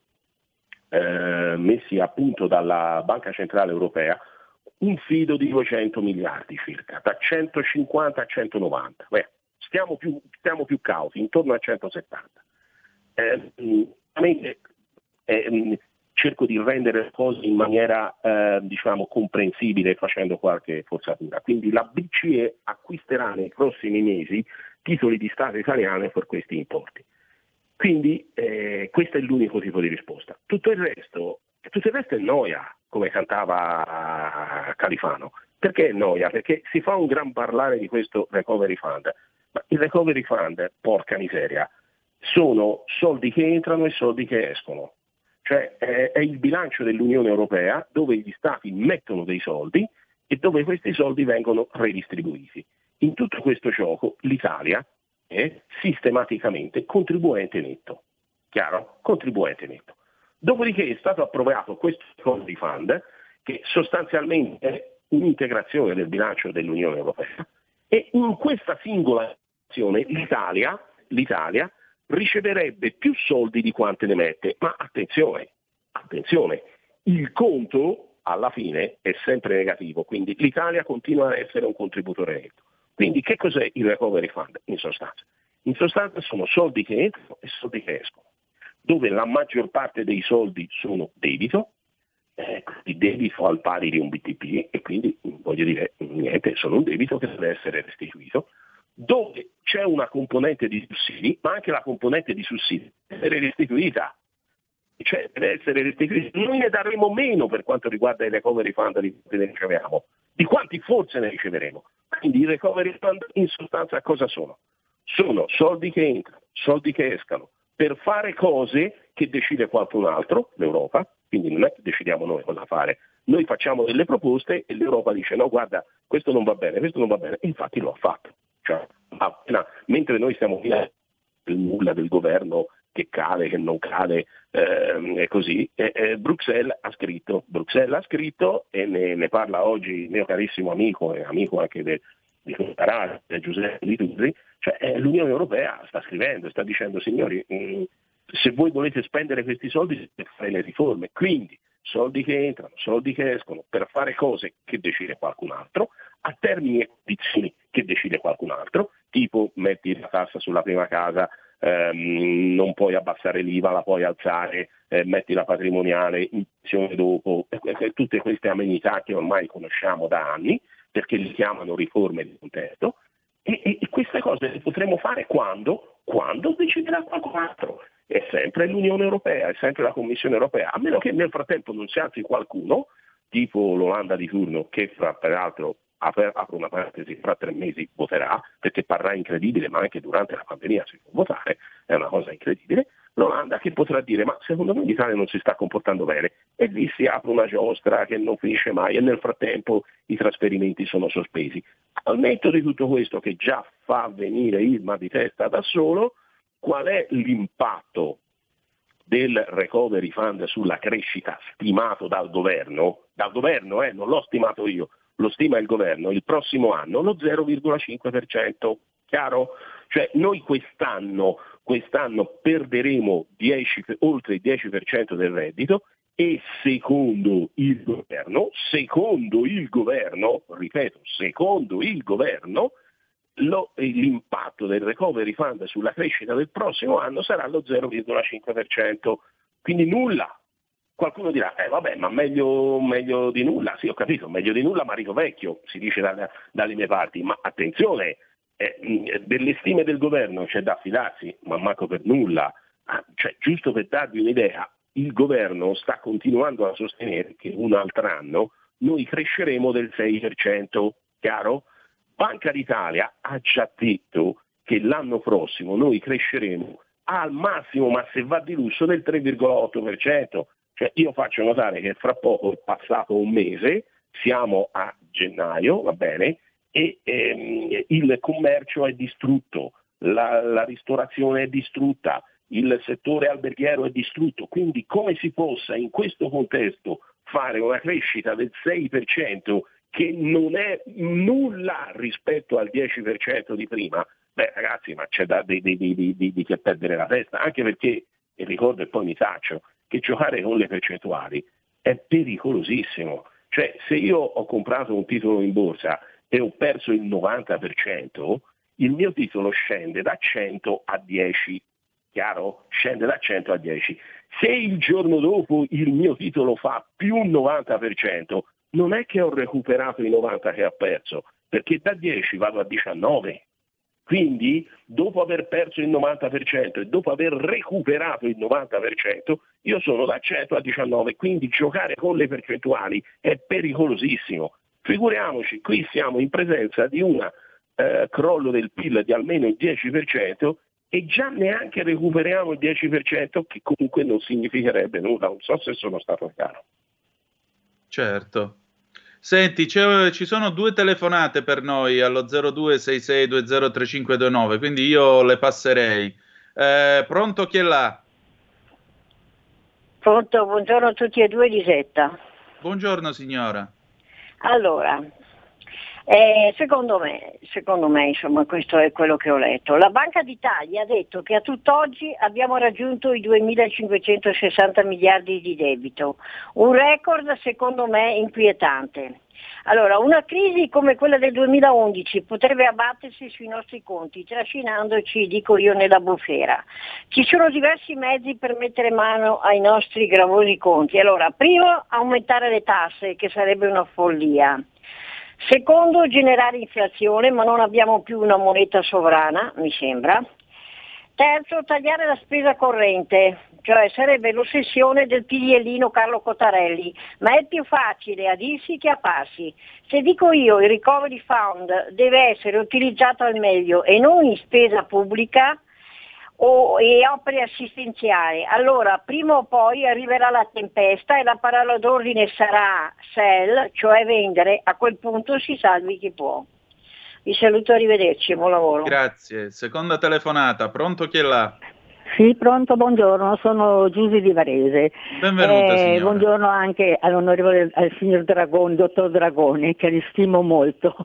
eh, messi a punto dalla Banca Centrale Europea un fido di duecento miliardi circa, da centocinquanta a centonovanta. Beh, stiamo più, stiamo più cauti, intorno a centosettanta. Eh, eh, cerco di rendere le cose in maniera eh, diciamo comprensibile facendo qualche forzatura. Quindi la B C E acquisterà nei prossimi mesi titoli di Stato italiane per questi importi. Quindi eh, questo è l'unico tipo di risposta. Tutto il resto, tutto il resto è noia, come cantava Califano. Perché è noia? Perché si fa un gran parlare di questo recovery fund, ma il recovery fund, porca miseria, sono soldi che entrano e soldi che escono. Cioè è, è il bilancio dell'Unione Europea dove gli Stati mettono dei soldi e dove questi soldi vengono redistribuiti. In tutto questo gioco l'Italia è sistematicamente contribuente netto. Chiaro? Contribuente netto. Dopodiché è stato approvato questo recovery fund che sostanzialmente è un'integrazione del bilancio dell'Unione Europea e in questa singola azione l'Italia, l'Italia riceverebbe più soldi di quante ne mette, ma attenzione, attenzione, il conto alla fine è sempre negativo, quindi l'Italia continua a essere un contributore netto. Quindi che cos'è il recovery fund in sostanza? In sostanza sono soldi che entrano e soldi che escono, dove la maggior parte dei soldi sono debito, eh, il debito al pari di un B T P e quindi voglio dire niente, sono un debito che deve essere restituito, dove c'è una componente di sussidi, ma anche la componente di sussidi deve essere restituita, cioè deve essere restituita. Noi ne daremo meno per quanto riguarda il recovery fund di quanti ne riceviamo, di quanti forse ne riceveremo. Quindi i recovery fund in sostanza cosa sono? Sono soldi che entrano, soldi che escano, per fare cose che decide qualcun altro, l'Europa, quindi non è che decidiamo noi cosa fare, noi facciamo delle proposte e l'Europa dice no guarda questo non va bene, questo non va bene, e infatti lo ha fatto. Cioè, appena, mentre noi stiamo via del nulla del governo che cade, che non cade, ehm, e così, e, e Bruxelles ha scritto, Bruxelles ha scritto e ne, ne parla oggi il mio carissimo amico e amico anche de, di questa radio, Giuseppe Liturri, cioè eh, l'Unione Europea sta scrivendo, sta dicendo signori, mh, se voi volete spendere questi soldi per fare le riforme, quindi soldi che entrano, soldi che escono, per fare cose che decide qualcun altro, a termini e condizioni che decide qualcun altro, tipo metti la tassa sulla prima casa, ehm, non puoi abbassare l'I V A, la puoi alzare, eh, metti la patrimoniale, pensione dopo, eh, tutte queste amenità che ormai conosciamo da anni, perché li chiamano riforme di contesto, e, e, e queste cose le potremo fare quando? Quando deciderà qualcun altro. È sempre l'Unione Europea, è sempre la Commissione Europea, a meno che nel frattempo non si alzi qualcuno, tipo l'Olanda di turno, che fra, peraltro, apro una parentesi, fra tre mesi voterà, perché parrà incredibile, ma anche durante la pandemia si può votare, è una cosa incredibile, l'Olanda che potrà dire ma secondo me l'Italia non si sta comportando bene, e lì si apre una giostra che non finisce mai e nel frattempo i trasferimenti sono sospesi. Al netto di tutto questo che già fa venire il mal di testa da solo, qual è l'impatto del recovery fund sulla crescita stimato dal governo? Dal governo, eh, non l'ho stimato io, lo stima il governo, il prossimo anno lo zero virgola cinque per cento, chiaro? Cioè noi quest'anno, quest'anno perderemo dieci, oltre il dieci per cento del reddito e secondo il governo, secondo il governo, ripeto, secondo il governo, Lo, l'impatto del recovery fund sulla crescita del prossimo anno sarà lo zero virgola cinque per cento, quindi nulla. Qualcuno dirà, eh vabbè, ma meglio, meglio di nulla, sì ho capito, meglio di nulla marito vecchio, si dice da, dalle mie parti, ma attenzione, eh, delle stime del governo c'è da fidarsi, ma manco per nulla, ah, cioè giusto per darvi un'idea, il governo sta continuando a sostenere che un altro anno noi cresceremo del sei per cento, chiaro? Banca d'Italia ha già detto che l'anno prossimo noi cresceremo al massimo, ma se va di lusso, del tre virgola otto per cento. Cioè io faccio notare che fra poco è passato un mese, siamo a gennaio, va bene, e ehm, il commercio è distrutto, la, la ristorazione è distrutta, il settore alberghiero è distrutto, quindi come si possa in questo contesto fare una crescita del sei per cento che non è nulla rispetto al dieci per cento di prima, beh ragazzi, ma c'è da, di, di, di, di, di che perdere la testa, anche perché, e ricordo e poi mi taccio, che giocare con le percentuali è pericolosissimo. Cioè se io ho comprato un titolo in borsa e ho perso il novanta per cento, il mio titolo scende da cento a dieci, chiaro? Scende da cento a dieci. Se il giorno dopo il mio titolo fa più novanta per cento, non è che ho recuperato i novanta che ho perso, perché da dieci vado a diciannove. Quindi, dopo aver perso il novanta per cento e dopo aver recuperato il novanta per cento, io sono da cento a diciannove, quindi giocare con le percentuali è pericolosissimo. Figuriamoci, qui siamo in presenza di un eh, crollo del P I L di almeno il dieci per cento e già neanche recuperiamo il dieci per cento, che comunque non significherebbe nulla. Non so se sono stato chiaro. Certo. Senti, c'è, ci sono due telefonate per noi allo zero due sei sei due zero tre cinque due nove, quindi io le passerei. Eh, pronto, chi è là? Pronto, buongiorno a tutti e due, Lisetta. Buongiorno signora. Allora, eh, secondo me, secondo me, insomma, questo è quello che ho letto. La Banca d'Italia ha detto che a tutt'oggi abbiamo raggiunto i duemilacinquecentosessanta miliardi di debito, un record secondo me inquietante. Allora, una crisi come quella del duemilaundici potrebbe abbattersi sui nostri conti, trascinandoci, dico io, nella bufera. Ci sono diversi mezzi per mettere mano ai nostri gravosi conti. Allora, primo, aumentare le tasse, che sarebbe una follia. Secondo, generare inflazione, ma non abbiamo più una moneta sovrana, mi sembra. Terzo, tagliare la spesa corrente, cioè sarebbe l'ossessione del pigliellino Carlo Cottarelli, ma è più facile a dirsi che a farsi. Se dico io il Recovery Fund deve essere utilizzato al meglio e non in spesa pubblica o e opere assistenziali, allora prima o poi arriverà la tempesta e la parola d'ordine sarà sell, cioè vendere. A quel punto si salvi chi può. Vi saluto, arrivederci, buon lavoro. Grazie. Seconda telefonata, pronto, chi è là? Sì, pronto, buongiorno, sono Giusy di Varese. Benvenuta, eh, signora. Buongiorno anche all'onorevole, al signor Dragoni, dottor Dragoni, che li stimo molto.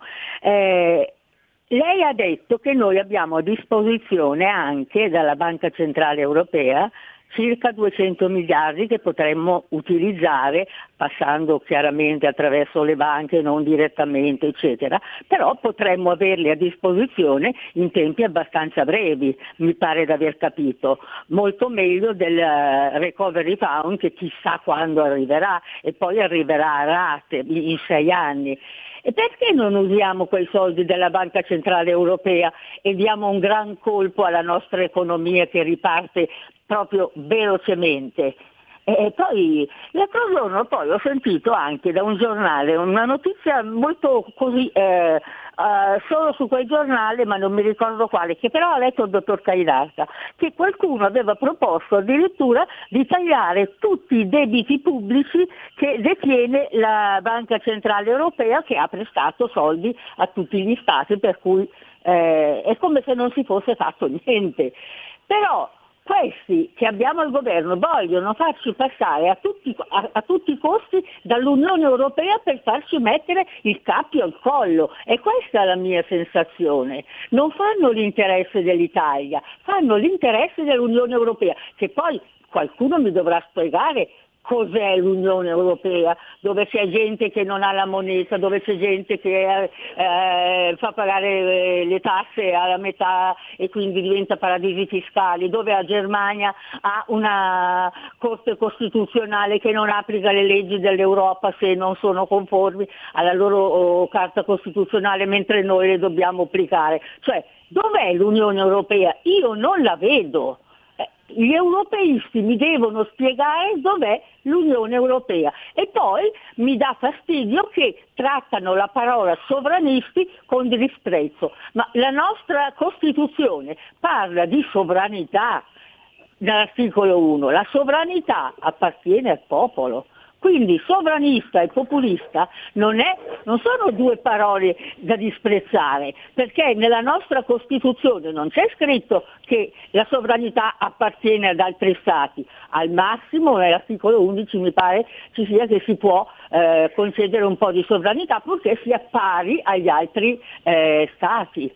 Eh, lei ha detto che noi abbiamo a disposizione anche dalla Banca Centrale Europea circa duecento miliardi che potremmo utilizzare passando chiaramente attraverso le banche, non direttamente, eccetera, però potremmo averli a disposizione in tempi abbastanza brevi, mi pare di aver capito, molto meglio del Recovery Fund che chissà quando arriverà e poi arriverà a rate in sei anni. E perché non usiamo quei soldi della Banca Centrale Europea e diamo un gran colpo alla nostra economia che riparte proprio velocemente? E poi l'altro giorno poi ho sentito anche da un giornale una notizia molto così, eh, eh, solo su quel giornale, ma non mi ricordo quale, che però ha letto il dottor Cainarca, che qualcuno aveva proposto addirittura di tagliare tutti i debiti pubblici che detiene la Banca Centrale Europea, che ha prestato soldi a tutti gli stati, per cui eh, è come se non si fosse fatto niente. Però questi che abbiamo al governo vogliono farci passare a tutti, a, a tutti i costi dall'Unione Europea per farci mettere il cappio al collo. E questa è la mia sensazione. Non fanno l'interesse dell'Italia, fanno l'interesse dell'Unione Europea, che poi qualcuno mi dovrà spiegare cos'è l'Unione Europea, dove c'è gente che non ha la moneta, dove c'è gente che eh, fa pagare le tasse alla metà e quindi diventa paradisi fiscali, dove la Germania ha una Corte Costituzionale che non applica le leggi dell'Europa se non sono conformi alla loro oh, Carta Costituzionale, mentre noi le dobbiamo applicare. Cioè, dov'è l'Unione Europea? Io non la vedo. Gli europeisti mi devono spiegare dov'è l'Unione Europea e poi mi dà fastidio che trattano la parola sovranisti con disprezzo, ma la nostra Costituzione parla di sovranità nell'articolo uno, la sovranità appartiene al popolo. Quindi sovranista e populista non, è, non sono due parole da disprezzare, perché nella nostra Costituzione non c'è scritto che la sovranità appartiene ad altri stati. Al massimo nell'articolo undici mi pare ci sia che si può eh, concedere un po' di sovranità purché sia pari agli altri eh, stati.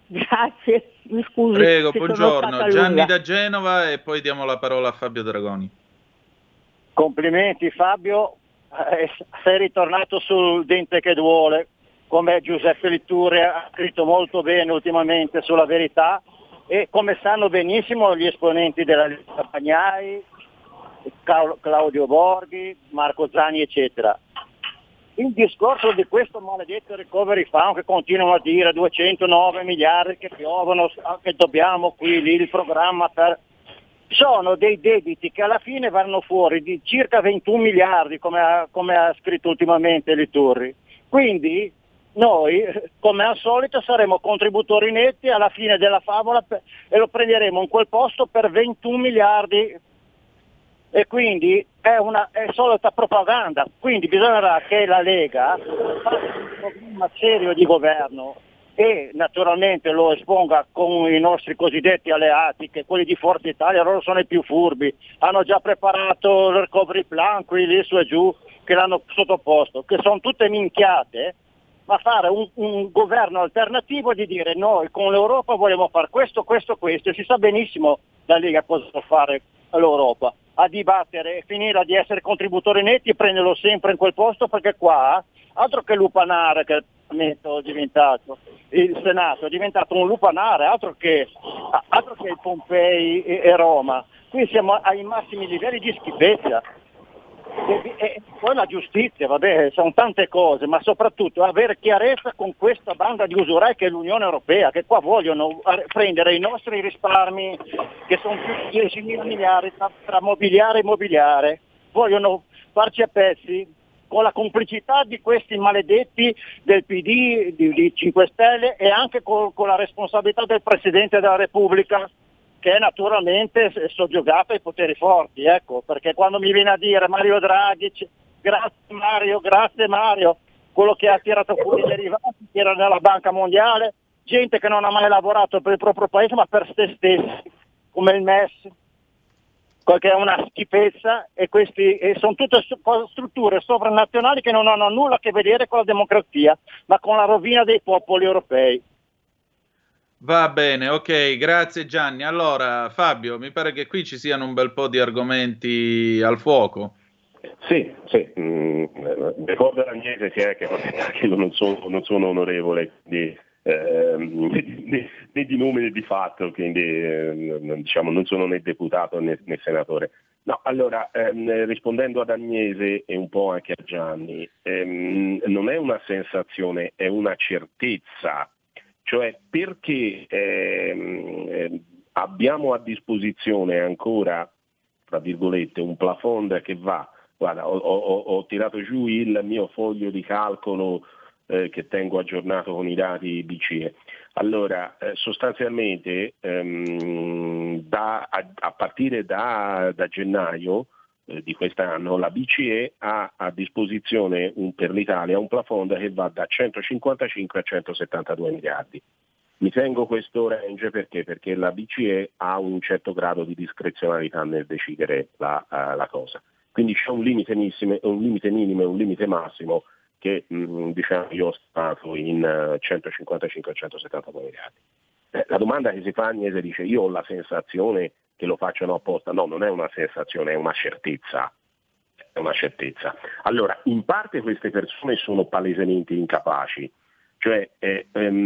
Grazie, mi scusi. Prego, buongiorno. Gianni da Genova e poi diamo la parola a Fabio Dragoni. Complimenti Fabio, eh, sei ritornato sul dente che duole, come Giuseppe Litture ha scritto molto bene ultimamente sulla Verità, e come sanno benissimo gli esponenti della lista Bagnai, Claudio Borghi, Marco Zani eccetera. Il discorso di questo maledetto recovery fund che continuano a dire duecentonove miliardi che piovono, che dobbiamo qui lì il programma per... sono dei debiti che alla fine vanno fuori di circa ventuno miliardi come ha, come ha scritto ultimamente Liturri. Quindi noi come al solito saremo contributori netti alla fine della favola per, e lo prenderemo in quel posto per ventuno miliardi. E quindi è una è solita propaganda, quindi bisognerà che la Lega faccia un programma serio di governo e naturalmente lo esponga con i nostri cosiddetti alleati, che quelli di Forza Italia loro sono i più furbi, hanno già preparato il recovery plan, quelli lì su e giù che l'hanno sottoposto, che sono tutte minchiate, ma fare un, un governo alternativo di dire noi con l'Europa vogliamo fare questo, questo, questo, e si sa benissimo la Lega cosa può fare all'Europa, a dibattere e finire di essere contributori netti e prenderlo sempre in quel posto, perché qua altro che lupanare che il Parlamento è diventato, il Senato è diventato un lupanare, altro che, altro che Pompei e, e Roma, qui siamo ai massimi livelli di schifezza. E, e poi la giustizia, vabbè, sono tante cose, ma soprattutto avere chiarezza con questa banda di usurai che è l'Unione Europea, che qua vogliono prendere i nostri risparmi, che sono più di diecimila miliardi tra, tra mobiliare e immobiliare, vogliono farci a pezzi con la complicità di questi maledetti del P D, di, di cinque Stelle e anche con, con la responsabilità del Presidente della Repubblica, che è naturalmente soggiogato ai poteri forti, ecco, perché quando mi viene a dire Mario Draghi, grazie Mario, grazie Mario, quello che ha tirato fuori i derivati, che era nella Banca Mondiale, gente che non ha mai lavorato per il proprio paese ma per se stessi, come il M E S, che è una schifezza, e questi e sono tutte strutture sovranazionali che non hanno nulla a che vedere con la democrazia, ma con la rovina dei popoli europei. Va bene, ok, grazie Gianni. Allora, Fabio, mi pare che qui ci siano un bel po' di argomenti al fuoco. Sì, sì, mm, ricordo l'Agnese che, che io non sono, non sono onorevole di, eh, né, né di nome né di fatto, quindi eh, diciamo non sono né deputato né, né senatore. No, allora, ehm, rispondendo ad Agnese e un po' anche a Gianni, ehm, non è una sensazione, è una certezza. Cioè perché ehm, eh, abbiamo a disposizione ancora, tra virgolette, un plafond che va, guarda, ho, ho, ho tirato giù il mio foglio di calcolo eh, che tengo aggiornato con i dati B C E. Allora, eh, sostanzialmente ehm, da, a, a partire da, da gennaio eh, di quest'anno la B C E ha a disposizione un, per l'Italia un plafond che va da centocinquantacinque a centosettantadue miliardi. Mi tengo questo range perché? Perché la B C E ha un certo grado di discrezionalità nel decidere la, uh, la cosa. Quindi c'è un limite, minimo, un limite minimo e un limite massimo che mh, diciamo io ho stato in uh, centocinquantacinque a centosettantadue miliardi. Eh, la domanda che si fa Agnese dice io ho la sensazione che lo facciano apposta. No, non è una sensazione, è una certezza. È una certezza. Allora, in parte queste persone sono palesemente incapaci. Cioè eh,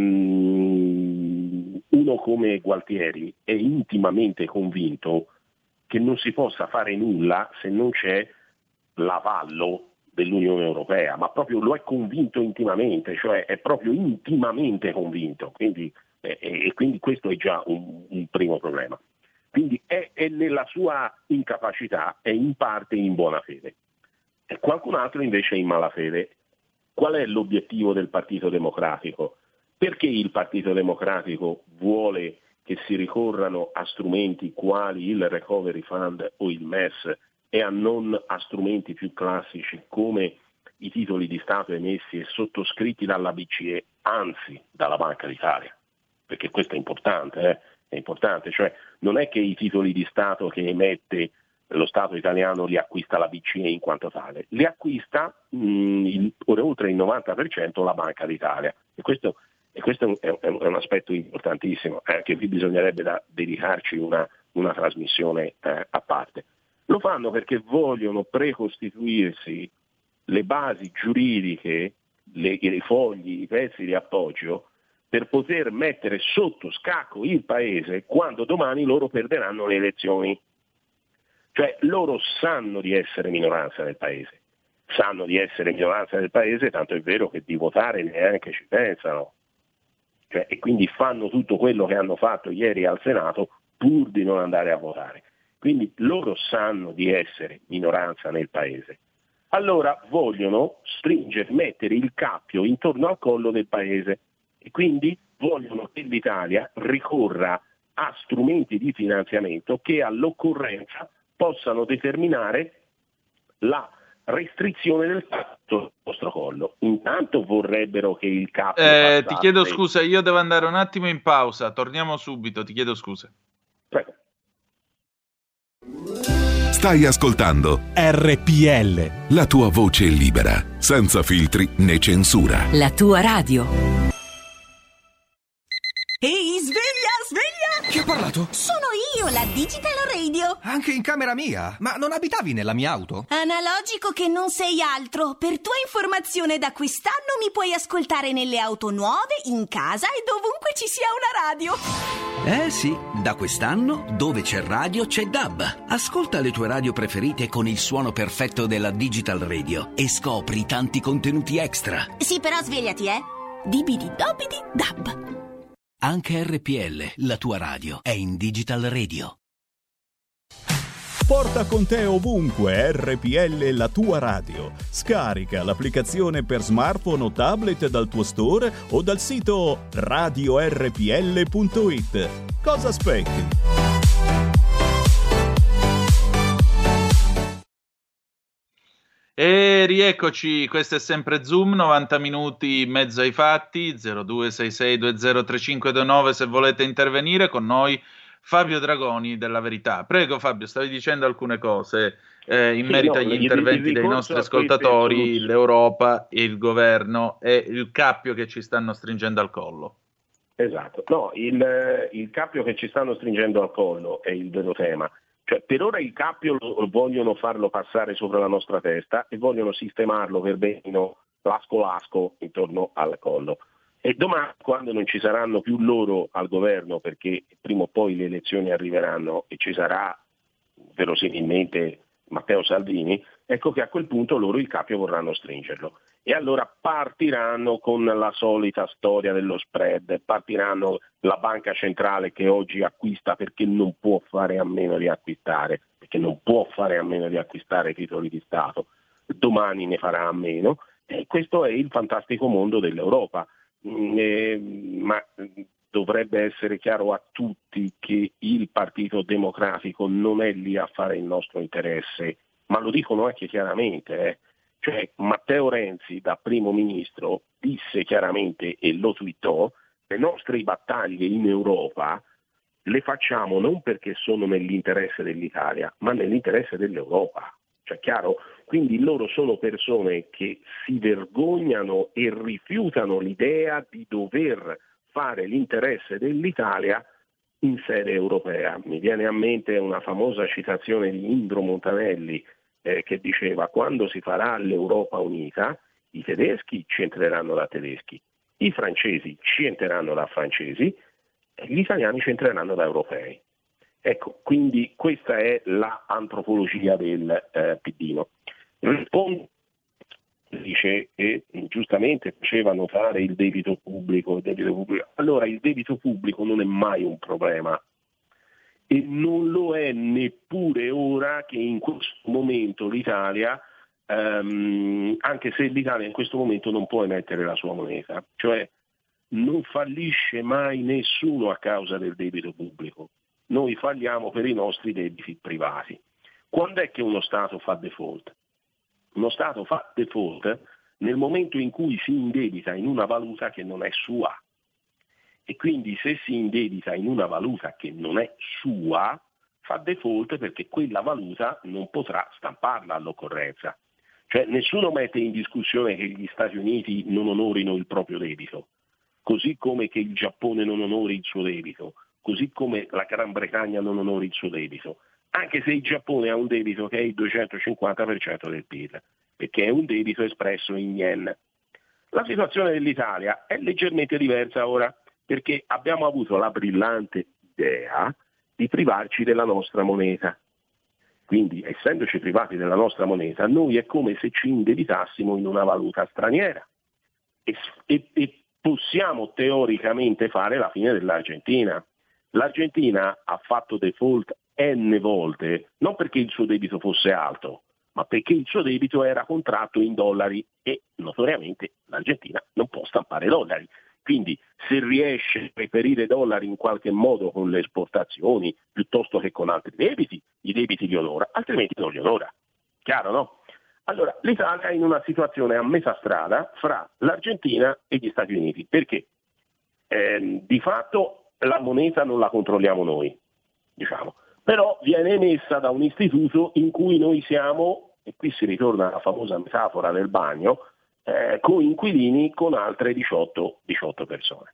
um, uno come Gualtieri è intimamente convinto che non si possa fare nulla se non c'è l'avallo dell'Unione Europea, ma proprio lo è convinto intimamente, cioè è proprio intimamente convinto, quindi, eh, e quindi questo è già un, un primo problema. Quindi è, è nella sua incapacità, è in parte in buona fede. E qualcun altro invece è in malafede. Qual è l'obiettivo del Partito Democratico? Perché il Partito Democratico vuole che si ricorrano a strumenti quali il Recovery Fund o il M E S e a non a strumenti più classici come i titoli di Stato emessi e sottoscritti dalla B C E, anzi dalla Banca d'Italia? Perché questo è importante, eh? È importante, cioè non è che i titoli di Stato che emette lo Stato italiano li acquista la B C E in quanto tale, li acquista mh, il, oltre il novanta per cento la Banca d'Italia, e questo, e questo è, è un aspetto importantissimo, eh, che qui bisognerebbe da dedicarci una, una trasmissione eh, a parte. Lo fanno perché vogliono precostituirsi le basi giuridiche, le, i fogli, i pezzi di appoggio per poter mettere sotto scacco il paese quando domani loro perderanno le elezioni. Cioè loro sanno di essere minoranza nel paese, sanno di essere minoranza nel paese, tanto è vero che di votare neanche ci pensano. Cioè, e quindi fanno tutto quello che hanno fatto ieri al Senato pur di non andare a votare. Quindi loro sanno di essere minoranza nel paese. Allora vogliono stringere, mettere il cappio intorno al collo del paese e quindi vogliono che l'Italia ricorra a strumenti di finanziamento che all'occorrenza possano determinare la restrizione del fatto del nostro collo. Intanto vorrebbero che il cappio eh, passasse... Ti chiedo scusa, io devo andare un attimo in pausa, torniamo subito, ti chiedo scusa. Prego. Stai ascoltando R P L, la tua voce libera, senza filtri né censura. La tua radio. Ehi, sveglia, sveglia! Chi ha parlato? Sono io, la Digital Radio. Anche in camera mia? Ma non abitavi nella mia auto? Analogico che non sei altro. Per tua informazione, da quest'anno mi puoi ascoltare nelle auto nuove, in casa e dovunque ci sia una radio. Eh sì, da quest'anno dove c'è radio c'è D A B. Ascolta le tue radio preferite con il suono perfetto della Digital Radio e scopri tanti contenuti extra. Sì, però svegliati, eh. Dibidi dobidi D A B. Anche R P L, la tua radio, è in Digital Radio. Porta con te ovunque R P L, la tua radio. Scarica l'applicazione per smartphone o tablet dal tuo store o dal sito radio r p l punto i t. Cosa aspetti? E rieccoci, questo è sempre Zoom, novanta minuti in mezzo ai fatti, zero due sei sei due zero tre cinque due nove se volete intervenire con noi. Fabio Dragoni della Verità. Prego Fabio, stavi dicendo alcune cose eh, in sì, merito no, agli il, interventi il dei nostri ascoltatori, penso... l'Europa, il governo e il cappio che ci stanno stringendo al collo. Esatto, no, il, il cappio che ci stanno stringendo al collo è il vero tema. Cioè, per ora il cappio lo, vogliono farlo passare sopra la nostra testa e vogliono sistemarlo per benino lasco lasco intorno al collo. E domani, quando non ci saranno più loro al governo, perché prima o poi le elezioni arriveranno e ci sarà verosimilmente Matteo Salvini, ecco che a quel punto loro il cappio vorranno stringerlo. E allora partiranno con la solita storia dello spread, partiranno la banca centrale che oggi acquista perché non può fare a meno di acquistare, perché non può fare a meno di acquistare titoli di Stato, domani ne farà a meno, e questo è il fantastico mondo dell'Europa. Eh, ma dovrebbe essere chiaro a tutti che il Partito Democratico non è lì a fare il nostro interesse, ma lo dicono anche chiaramente. Eh. Cioè, Matteo Renzi, da primo ministro, disse chiaramente e lo twittò: le nostre battaglie in Europa le facciamo non perché sono nell'interesse dell'Italia, ma nell'interesse dell'Europa. Cioè, chiaro? Quindi loro sono persone che si vergognano e rifiutano l'idea di dover fare l'interesse dell'Italia in sede europea. Mi viene a mente una famosa citazione di Indro Montanelli eh, che diceva: quando si farà l'Europa unita, i tedeschi ci entreranno da tedeschi, i francesi ci entreranno da francesi e gli italiani ci entreranno da europei. Ecco, quindi questa è la antropologia del eh, Piddino. Risponde, dice che giustamente faceva notare il debito pubblico, il debito pubblico. Allora, il debito pubblico non è mai un problema e non lo è neppure ora che in questo momento l'Italia, ehm, anche se l'Italia in questo momento non può emettere la sua moneta, cioè non fallisce mai nessuno a causa del debito pubblico. Noi falliamo per i nostri debiti privati. Quando è che uno Stato fa default? Uno Stato fa default nel momento in cui si indebita in una valuta che non è sua. E quindi se si indebita in una valuta che non è sua, fa default perché quella valuta non potrà stamparla all'occorrenza. Cioè nessuno mette in discussione che gli Stati Uniti non onorino il proprio debito, così come che il Giappone non onori il suo debito, così come la Gran Bretagna non onori il suo debito, anche se il Giappone ha un debito che è il duecentocinquanta per cento del P I L, perché è un debito espresso in yen. La situazione dell'Italia è leggermente diversa ora, perché abbiamo avuto la brillante idea di privarci della nostra moneta. Quindi, essendoci privati della nostra moneta, noi è come se ci indebitassimo in una valuta straniera e, e, e possiamo teoricamente fare la fine dell'Argentina. L'Argentina ha fatto default n volte, non perché il suo debito fosse alto, ma perché il suo debito era contratto in dollari e notoriamente l'Argentina non può stampare dollari. Quindi se riesce a reperire dollari in qualche modo con le esportazioni piuttosto che con altri debiti, i debiti li onora, altrimenti non li onora. Chiaro, no? Allora, l'Italia è in una situazione a metà strada fra l'Argentina e gli Stati Uniti. Perché? Eh, di fatto la moneta non la controlliamo noi, diciamo, però viene emessa da un istituto in cui noi siamo, e qui si ritorna alla famosa metafora del bagno, Eh, coinquilini con altre diciotto, diciotto persone.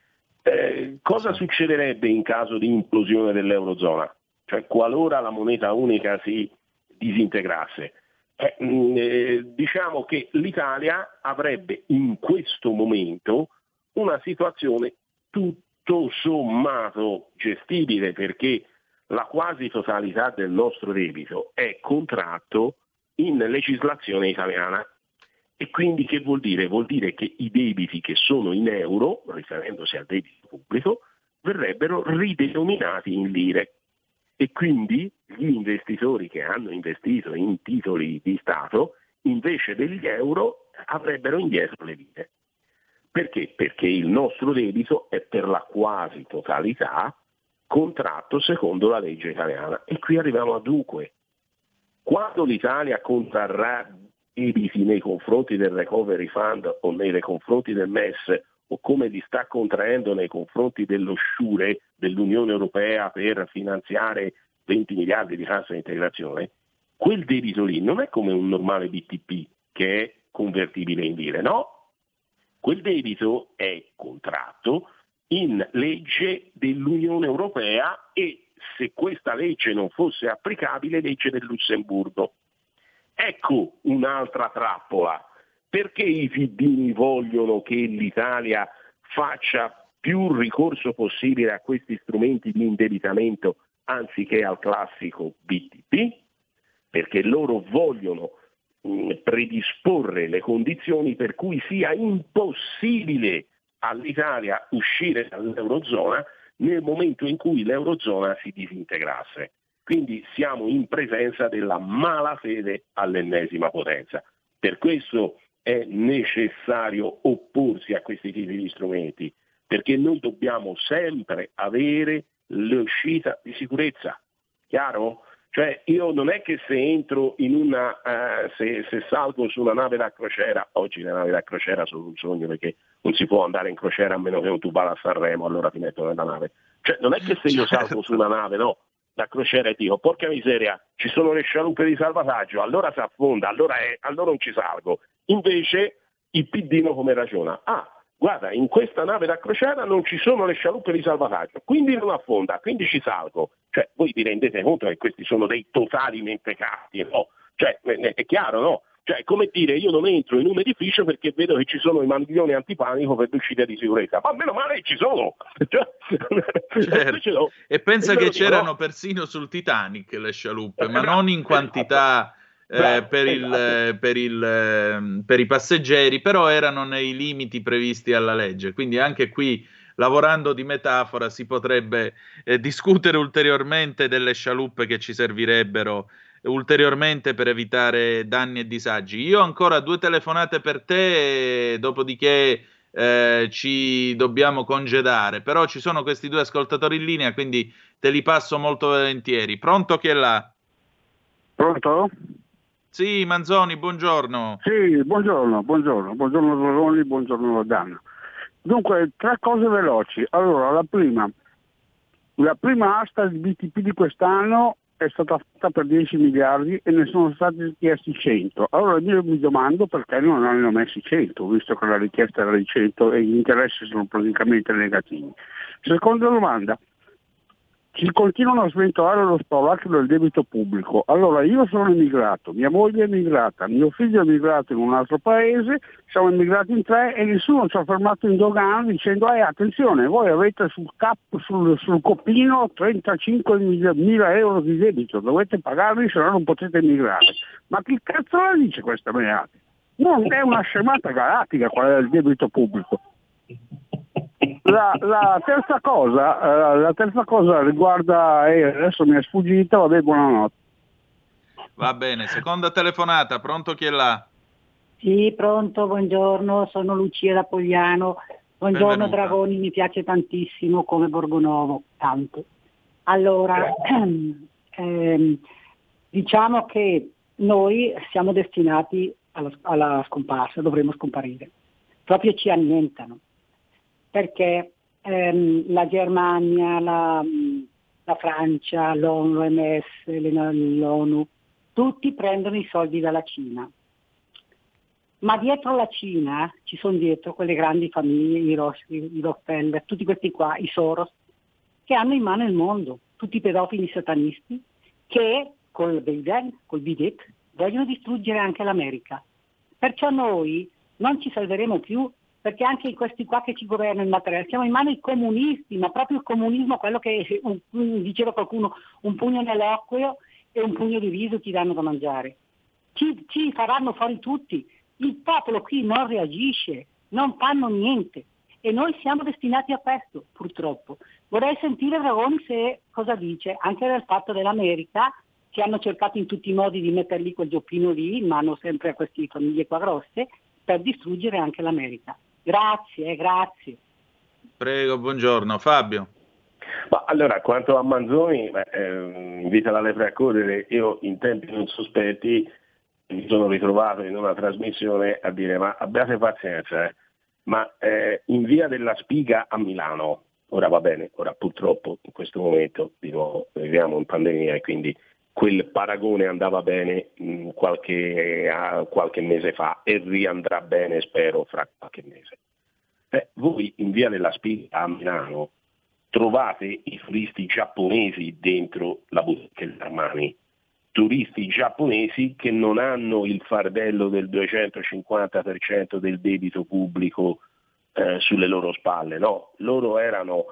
Eh, cosa succederebbe in caso di implosione dell'Eurozona? Cioè qualora la moneta unica si disintegrasse? Eh, mh, eh, diciamo che l'Italia avrebbe in questo momento una situazione tutto sommato gestibile, perché la quasi totalità del nostro debito è contratto in legislazione italiana. E quindi che vuol dire? Vuol dire che i debiti che sono in euro, riferendosi al debito pubblico, verrebbero ridenominati in lire. E quindi gli investitori che hanno investito in titoli di Stato, invece degli euro, avrebbero indietro le lire. Perché? Perché il nostro debito è per la quasi totalità contratto secondo la legge italiana. E qui arriviamo a dunque. Quando l'Italia contrarrà debiti nei confronti del Recovery Fund o nei confronti del M E S, o come li sta contraendo nei confronti dello SURE dell'Unione Europea per finanziare venti miliardi di cassa di integrazione, quel debito lì non è come un normale B T P che è convertibile in lire, no? Quel debito è contratto in legge dell'Unione Europea e, se questa legge non fosse applicabile, legge del Lussemburgo. Ecco un'altra trappola. Perché i piddini vogliono che l'Italia faccia più ricorso possibile a questi strumenti di indebitamento anziché al classico B T P? Perché loro vogliono mh, predisporre le condizioni per cui sia impossibile all'Italia uscire dall'Eurozona nel momento in cui l'Eurozona si disintegrasse. Quindi siamo in presenza della malafede all'ennesima potenza. Per questo è necessario opporsi a questi tipi di strumenti, perché noi dobbiamo sempre avere l'uscita di sicurezza. Chiaro? Cioè io non è che se entro in una, uh, se, se salgo su una nave da crociera, oggi le navi da crociera sono un sogno perché non si può andare in crociera a meno che non tu vada a Sanremo, allora ti metto nella nave. Cioè non è che se io salgo su una nave, no, la crociera e dico porca miseria, ci sono le scialuppe di salvataggio, allora si affonda, allora, è, allora non ci salgo. Invece il piddino come ragiona? Ah, guarda, in questa nave da crociera non ci sono le scialuppe di salvataggio, quindi non affonda, quindi ci salgo. Cioè voi vi rendete conto che questi sono dei totali mentecatti, no? Cioè è chiaro, no? Cioè è come dire io non entro in un edificio perché vedo che ci sono i maglioni antipanico per l'uscita di sicurezza, ma meno male ci sono. Certo. No. E pensa che c'erano no. persino sul Titanic le scialuppe, ma non in quantità eh, per, il, per, il, per i passeggeri, però erano nei limiti previsti alla legge, quindi anche qui lavorando di metafora si potrebbe eh, discutere ulteriormente delle scialuppe che ci servirebbero ulteriormente per evitare danni e disagi. Io ho ancora due telefonate per te, dopodiché eh, ci dobbiamo congedare, però ci sono questi due ascoltatori in linea, quindi te li passo molto volentieri. Pronto, chi è là? Pronto? Sì, Manzoni, buongiorno. Sì, buongiorno, buongiorno, buongiorno Dragoni, buongiorno Danna. Dunque, tre cose veloci. Allora, la prima, la prima asta di B T P di quest'anno è stata fatta per dieci miliardi e ne sono stati chiesti cento. Allora io mi domando perché non hanno messi cento, visto che la richiesta era di cento e gli interessi sono praticamente negativi. Seconda domanda, ci continuano a sventolare lo spauracchio del debito pubblico. Allora io sono immigrato, mia moglie è immigrata, mio figlio è immigrato in un altro paese, siamo immigrati in tre e nessuno ci ha fermato in dogana dicendo eh, attenzione, voi avete sul cap, sul, sul copino trentacinque mila euro di debito, dovete pagarli se no non potete immigrare. Ma chi cazzo la dice questa meata? Non è una scemata galattica quella del debito pubblico. La, la terza cosa, uh, la terza cosa riguarda, eh, adesso mi è sfuggita, vabbè, buonanotte. Va bene, seconda telefonata, pronto chi è là? Sì, pronto, buongiorno, sono Lucia da Pogliano. Buongiorno Benvenuta. Dragoni, mi piace tantissimo come Borgonovo, tanto. Allora, ehm, diciamo che noi siamo destinati alla, alla scomparsa, dovremo scomparire. Proprio ci annientano. Perché ehm, la Germania, la, la Francia, l'ONU, l'O M S, l'ONU, tutti prendono i soldi dalla Cina. Ma dietro la Cina ci sono dietro quelle grandi famiglie, i, Ross, i Rockefeller, tutti questi qua, i Soros, che hanno in mano il mondo, tutti i pedofili satanisti che col Biden, col bidet, vogliono distruggere anche l'America. Perciò noi non ci salveremo più, perché anche questi qua che ci governano in materiale, siamo in mano ai comunisti, ma proprio il comunismo, quello che un, un, diceva qualcuno, un pugno nell'occhio e un pugno di riso ti danno da mangiare. Ci, ci faranno fuori tutti, il popolo qui non reagisce, non fanno niente e noi siamo destinati a questo, purtroppo. Vorrei sentire Dragoni se cosa dice, anche del fatto dell'America, che hanno cercato in tutti i modi di metterli quel giochino lì, in mano sempre a queste famiglie qua grosse, per distruggere anche l'America. Grazie, grazie. Prego, buongiorno. Fabio. Ma allora, quanto a Manzoni, beh, eh, invita la lepre a correre, io in tempi non sospetti mi sono ritrovato in una trasmissione a dire ma abbiate pazienza, eh, ma eh, in via della Spiga a Milano, ora va bene, ora purtroppo in questo momento di nuovo viviamo in pandemia e quindi quel paragone andava bene mh, qualche, uh, qualche mese fa e riandrà bene spero fra qualche mese. Eh, voi in via della Spiga a Milano trovate i turisti giapponesi dentro la bottega dell'Armani, turisti giapponesi che non hanno il fardello del duecentocinquanta per cento del debito pubblico eh, sulle loro spalle, no, loro erano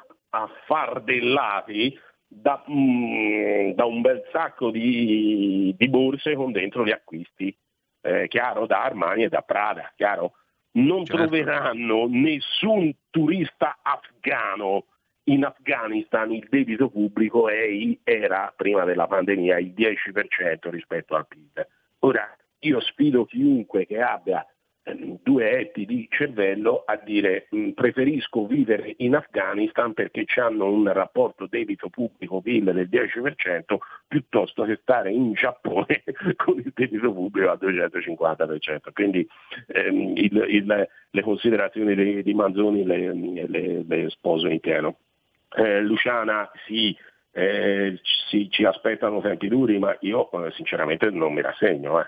affardellati Da, mm, da un bel sacco di, di borse con dentro gli acquisti, eh, chiaro, da Armani e da Prada, chiaro. Non certo. Troveranno nessun turista afghano in Afghanistan, il debito pubblico è, era prima della pandemia il dieci per cento rispetto al P I B. Ora io sfido chiunque che abbia due etti di cervello a dire mh, preferisco vivere in Afghanistan perché hanno un rapporto debito pubblico P I L del dieci per cento piuttosto che stare in Giappone con il debito pubblico al duecentocinquanta per cento. Quindi ehm, il, il, le considerazioni di, di Manzoni le, le, le sposo in pieno. Eh, Luciana, sì, eh, sì, ci aspettano tempi duri, ma io eh, sinceramente non mi rassegno. Eh.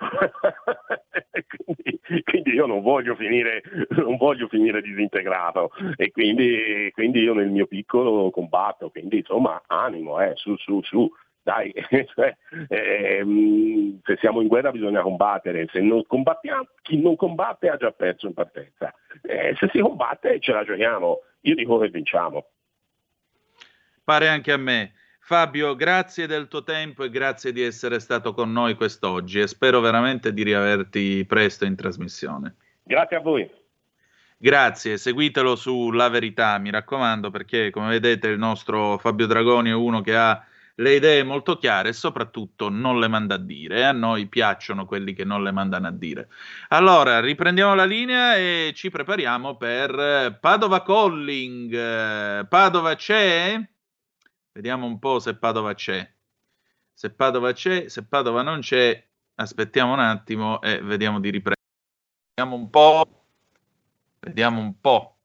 quindi, quindi io non voglio finire non voglio finire disintegrato e quindi, quindi io nel mio piccolo combatto, quindi insomma animo, eh, su su su dai, cioè, ehm, se siamo in guerra bisogna combattere, se non combattiamo, chi non combatte ha già perso in partenza, eh, se si combatte ce la giochiamo, io dico che vinciamo. Pare anche a me. Fabio, grazie del tuo tempo e grazie di essere stato con noi quest'oggi e spero veramente di riaverti presto in trasmissione. Grazie a voi. Grazie, seguitelo su La Verità, mi raccomando, perché come vedete il nostro Fabio Dragoni è uno che ha le idee molto chiare e soprattutto non le manda a dire, e a noi piacciono quelli che non le mandano a dire. Allora, riprendiamo la linea e ci prepariamo per Padova Calling. Padova c'è? Vediamo un po' se Padova c'è. Se Padova c'è, se Padova non c'è, aspettiamo un attimo e vediamo di riprendere. Vediamo un po'. Vediamo un po'.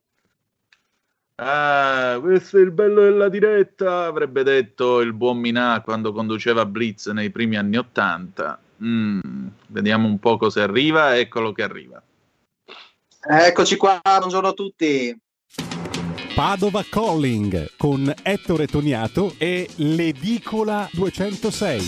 Ah, questo è il bello della diretta, avrebbe detto il buon Minà quando conduceva Blitz nei primi anni Ottanta. Mm, vediamo un po' cosa arriva. Eccolo che arriva. Eccoci qua, buongiorno a tutti. Padova Calling con Ettore Toniato e l'Edicola duecentosei.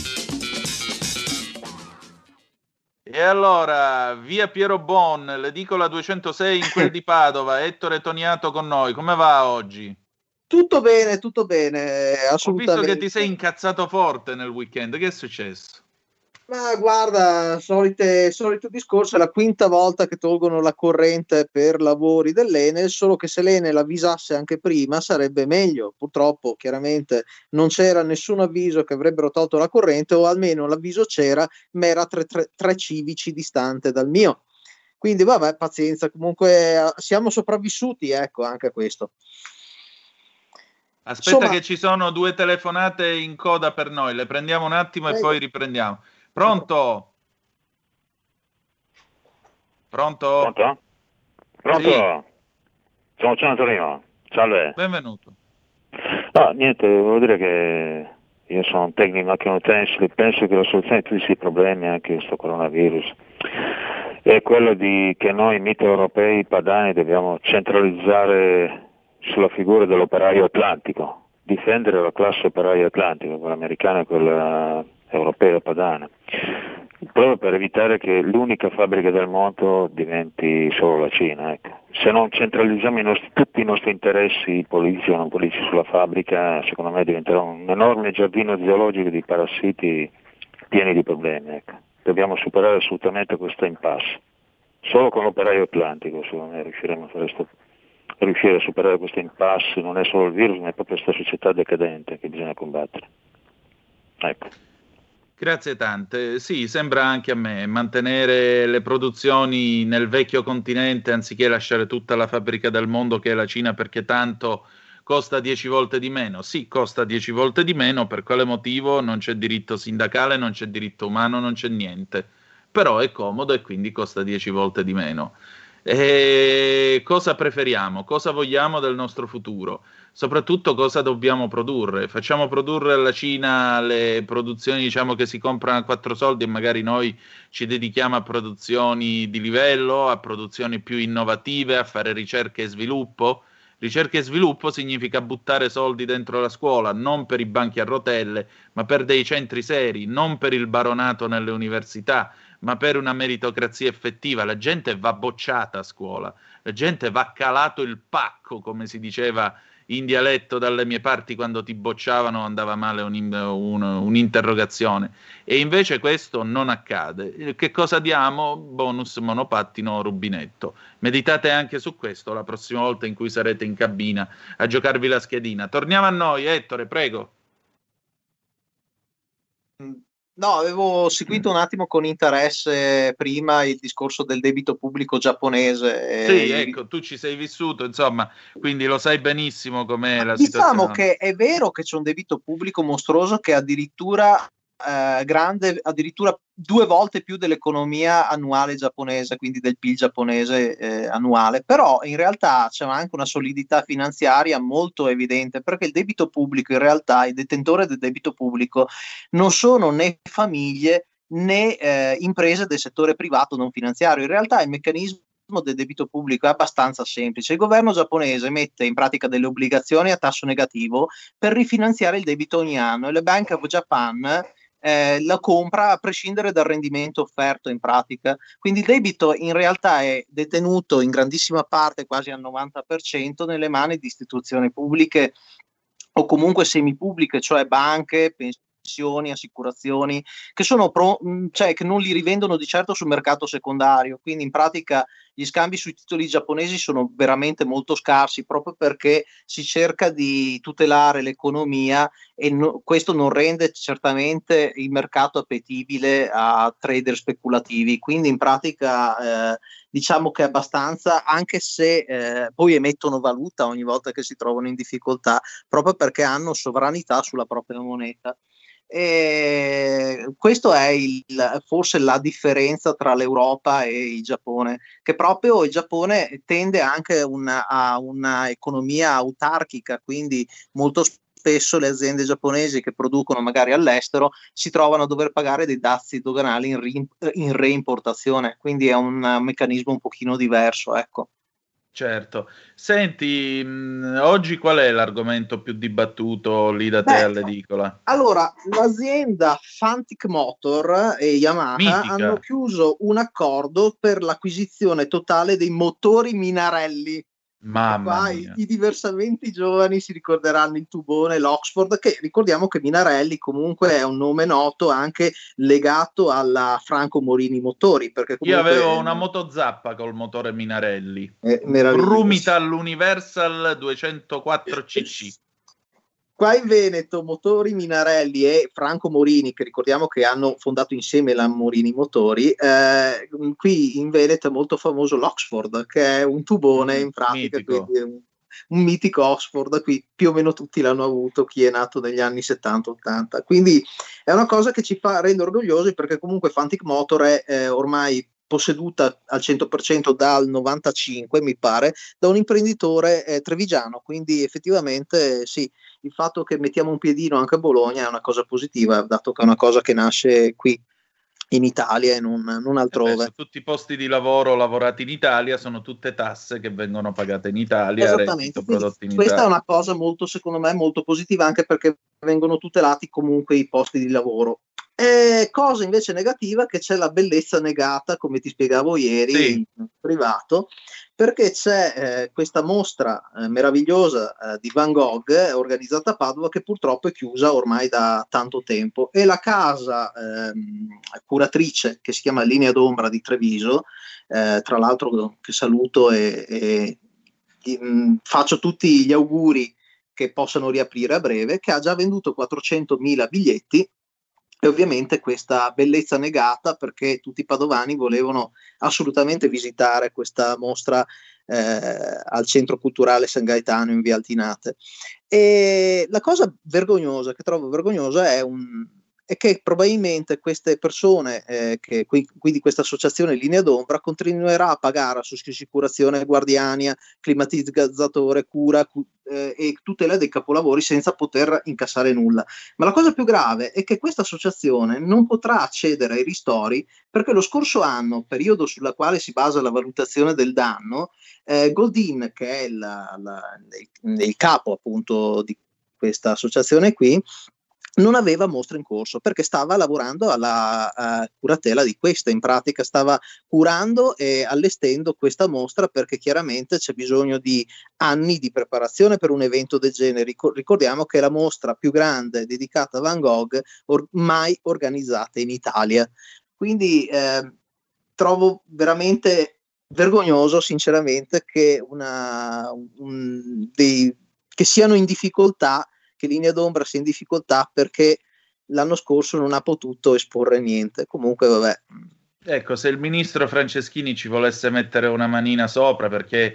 E allora, via Piero Bon, l'Edicola duecentosei in quel di Padova, Ettore Toniato con noi. Come va oggi? Tutto bene, tutto bene, assolutamente. Ho visto che ti sei incazzato forte nel weekend, che è successo? Ma guarda, solite, solito discorso, è la quinta volta che tolgono la corrente per lavori dell'Enel, solo che se l'Enel avvisasse anche prima sarebbe meglio. Purtroppo, chiaramente, non c'era nessun avviso che avrebbero tolto la corrente, o almeno l'avviso c'era, ma era tre, tre, tre civici distante dal mio. Quindi vabbè, pazienza, comunque siamo sopravvissuti, ecco, anche a questo. Aspetta, Insomma, che ci sono due telefonate in coda per noi, le prendiamo un attimo e eh, poi riprendiamo. Pronto? Pronto? Pronto? Pronto? Sì. Sono Gian Antonino, salve. Benvenuto. No, niente, volevo dire che io sono un tecnico macchine utensili, penso che la soluzione di tutti questi problemi, anche questo coronavirus, è quello di che noi mitteleuropei padani dobbiamo centralizzare sulla figura dell'operaio atlantico, difendere la classe operaia atlantica, quella americana e quella europea padana, proprio per evitare che l'unica fabbrica del mondo diventi solo la Cina. Ecco. Se non centralizziamo i nostri, tutti i nostri interessi politici o non politici sulla fabbrica, secondo me diventerà un enorme giardino zoologico di parassiti pieni di problemi. Ecco. Dobbiamo superare assolutamente questa impasse. Solo con l'operaio atlantico, secondo me, riusciremo a fare sto, riuscire a superare questa impasse. Non è solo il virus, ma è proprio questa società decadente che bisogna combattere. Ecco. Grazie tante. Sì, sembra anche a me mantenere le produzioni nel vecchio continente anziché lasciare tutta la fabbrica del mondo che è la Cina, perché tanto costa dieci volte di meno. Sì, costa dieci volte di meno, per quale motivo? Non c'è diritto sindacale, non c'è diritto umano, non c'è niente. Però è comodo e quindi costa dieci volte di meno. E cosa preferiamo? Cosa vogliamo del nostro futuro? Soprattutto cosa dobbiamo produrre? Facciamo produrre alla Cina le produzioni, diciamo, che si comprano a quattro soldi e magari noi ci dedichiamo a produzioni di livello, a produzioni più innovative, a fare ricerca e sviluppo? Ricerca e sviluppo significa buttare soldi dentro la scuola, non per i banchi a rotelle, ma per dei centri seri, non per il baronato nelle università, ma per una meritocrazia effettiva. La gente va bocciata a scuola, la gente va calato il pacco, come si diceva in dialetto dalle mie parti quando ti bocciavano, andava male un, un, un'interrogazione. E invece questo non accade. Che cosa diamo? Bonus monopattino rubinetto. Meditate anche su questo la prossima volta in cui sarete in cabina a giocarvi la schedina. Torniamo a noi, Ettore, prego. No, avevo seguito un attimo con interesse prima il discorso del debito pubblico giapponese. Sì, e... ecco, tu ci sei vissuto, insomma, quindi lo sai benissimo com'è la diciamo situazione. Che è vero che c'è un debito pubblico mostruoso che addirittura eh, grande, addirittura due volte più dell'economia annuale giapponese, quindi del P I L giapponese eh, annuale, però in realtà c'è anche una solidità finanziaria molto evidente, perché il debito pubblico, in realtà il detentore del debito pubblico non sono né famiglie né eh, imprese del settore privato non finanziario. In realtà il meccanismo del debito pubblico è abbastanza semplice. Il governo giapponese mette in pratica delle obbligazioni a tasso negativo per rifinanziare il debito ogni anno, e la Bank of Japan Eh, la compra a prescindere dal rendimento offerto in pratica. Quindi il debito in realtà è detenuto in grandissima parte, quasi al novanta per cento, nelle mani di istituzioni pubbliche o comunque semipubbliche, cioè banche, pensioni, assicurazioni, che sono pro, cioè che non li rivendono di certo sul mercato secondario. Quindi in pratica gli scambi sui titoli giapponesi sono veramente molto scarsi, proprio perché si cerca di tutelare l'economia e no, questo non rende certamente il mercato appetibile a trader speculativi. Quindi in pratica eh, diciamo che è abbastanza, anche se eh, poi emettono valuta ogni volta che si trovano in difficoltà, proprio perché hanno sovranità sulla propria moneta. E questo è il, forse la differenza tra l'Europa e il Giappone, che proprio il Giappone tende anche una, a una economia autarchica, quindi molto spesso le aziende giapponesi che producono magari all'estero si trovano a dover pagare dei dazi doganali in, ri, in reimportazione, quindi è un meccanismo un pochino diverso, ecco. Certo. Senti, mh, oggi qual è l'argomento più dibattuto lì da te Beh, all'edicola? Allora, l'azienda Fantic Motor e Yamaha Mitica. hanno chiuso un accordo per l'acquisizione totale dei motori Minarelli. Mamma Qua mia. i, i diversamente giovani si ricorderanno il Tubone, l'Oxford, che ricordiamo che Minarelli comunque è un nome noto anche legato alla Franco Morini Motori, perché Io comunque avevo una motozappa col motore Minarelli. è meraviglioso. Brumital Universal duecentoquattro C C. Qua in Veneto, motori Minarelli e Franco Morini, che ricordiamo che hanno fondato insieme la Morini Motori, eh, qui in Veneto è molto famoso l'Oxford, che è un tubone in pratica, Mitico. quindi è un, un mitico Oxford, qui più o meno tutti l'hanno avuto, chi è nato negli anni settanta ottanta. Quindi è una cosa che ci fa rendere orgogliosi, perché comunque Fantic Motor è eh, ormai posseduta al cento per cento dal novantacinque, mi pare, da un imprenditore eh, trevigiano, quindi effettivamente sì, il fatto che mettiamo un piedino anche a Bologna è una cosa positiva, dato che è una cosa che nasce qui in Italia e non, non altrove. Eh beh, su tutti i posti di lavoro lavorati in Italia sono tutte tasse che vengono pagate in Italia, reddito prodotto in Questa Italia. è una cosa molto, secondo me, molto positiva, anche perché vengono tutelati comunque i posti di lavoro. E cosa invece negativa, che c'è la bellezza negata, come ti spiegavo ieri Sì. in privato, perché c'è eh, questa mostra eh, meravigliosa eh, di Van Gogh eh, organizzata a Padova, che purtroppo è chiusa ormai da tanto tempo, e la casa ehm, curatrice, che si chiama Linea d'Ombra di Treviso, eh, tra l'altro che saluto e, e gli, mh, faccio tutti gli auguri che possano riaprire a breve, che ha già venduto quattrocentomila biglietti. E ovviamente questa bellezza negata, perché tutti i padovani volevano assolutamente visitare questa mostra eh, al Centro Culturale San Gaetano in via Altinate. E la cosa vergognosa, che trovo vergognosa, è, un, è che probabilmente queste persone, eh, che, quindi questa associazione Linea d'Ombra, continuerà a pagare assicurazione, guardiania, climatizzatore, cura eh, e tutela dei capolavori senza poter incassare nulla. Ma la cosa più grave è che questa associazione non potrà accedere ai ristori, perché lo scorso anno, periodo sulla quale si basa la valutazione del danno, eh, Goldin, che è la, la, il, il capo appunto di questa associazione qui, non aveva mostre in corso, perché stava lavorando alla uh, curatela di questa, in pratica stava curando e allestendo questa mostra, perché chiaramente c'è bisogno di anni di preparazione per un evento del genere. Ricor- ricordiamo che è la mostra più grande dedicata a Van Gogh or- mai organizzata in Italia, quindi eh, trovo veramente vergognoso sinceramente che, una, un, dei, che siano in difficoltà, che Linea d'Ombra sia in difficoltà perché l'anno scorso non ha potuto esporre niente. Comunque vabbè. Ecco, se il ministro Franceschini ci volesse mettere una manina sopra, perché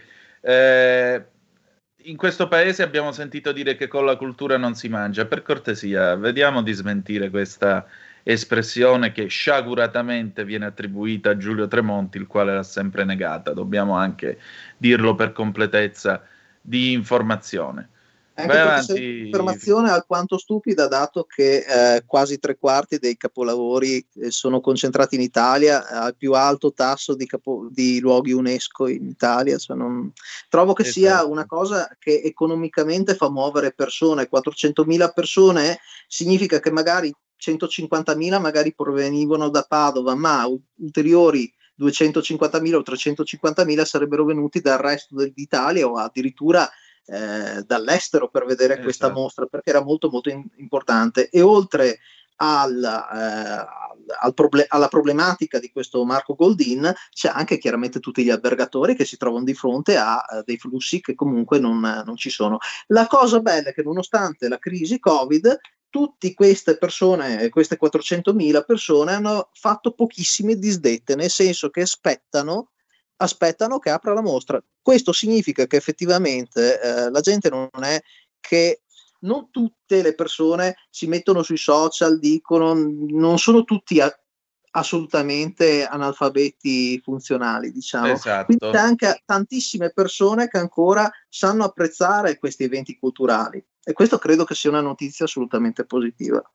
eh, in questo paese abbiamo sentito dire che con la cultura non si mangia. Per cortesia, vediamo di smentire questa espressione che sciaguratamente viene attribuita a Giulio Tremonti, il quale l'ha sempre negata. Dobbiamo anche dirlo per completezza di informazione. Anche perché c'è un'affermazione alquanto stupida, dato che eh, quasi tre quarti dei capolavori eh, sono concentrati in Italia, al più alto tasso di, capo- di luoghi UNESCO in Italia. Cioè non... Trovo che Esatto. sia una cosa che economicamente fa muovere persone. quattrocentomila persone significa che magari centocinquantamila magari provenivano da Padova, ma ulteriori duecentocinquantamila o trecentocinquantamila sarebbero venuti dal resto d'Italia o addirittura Eh, dall'estero per vedere Esatto. questa mostra, perché era molto molto in- importante. E oltre al, eh, al proble- alla problematica di questo Marco Goldin, c'è anche chiaramente tutti gli albergatori che si trovano di fronte a uh, dei flussi che comunque non, non ci sono. La cosa bella è che nonostante la crisi Covid, tutte queste persone, queste quattrocentomila persone hanno fatto pochissime disdette, nel senso che aspettano aspettano che apra la mostra. Questo significa che effettivamente eh, la gente non è che non tutte le persone si mettono sui social, dicono, non sono tutti a, assolutamente analfabeti funzionali, diciamo. Esatto. Quindi c'è anche tantissime persone che ancora sanno apprezzare questi eventi culturali, e questo credo che sia una notizia assolutamente positiva.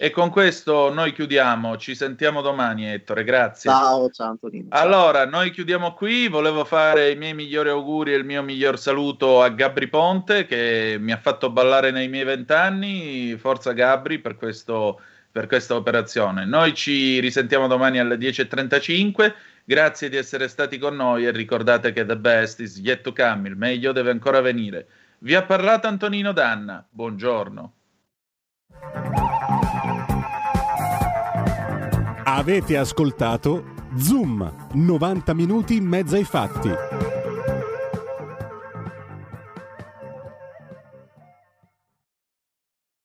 E con questo noi chiudiamo, ci sentiamo domani Ettore, grazie. Ciao, ciao Antonino. Ciao. Allora, noi chiudiamo qui, volevo fare i miei migliori auguri e il mio miglior saluto a Gabri Ponte che mi ha fatto ballare nei miei vent'anni, forza Gabri per, questo, per questa operazione. Noi ci risentiamo domani alle dieci e trentacinque, grazie di essere stati con noi e ricordate che the best is yet to come, il meglio deve ancora venire. Vi ha parlato Antonino Danna, buongiorno. Avete ascoltato Zoom, novanta minuti in mezzo ai fatti.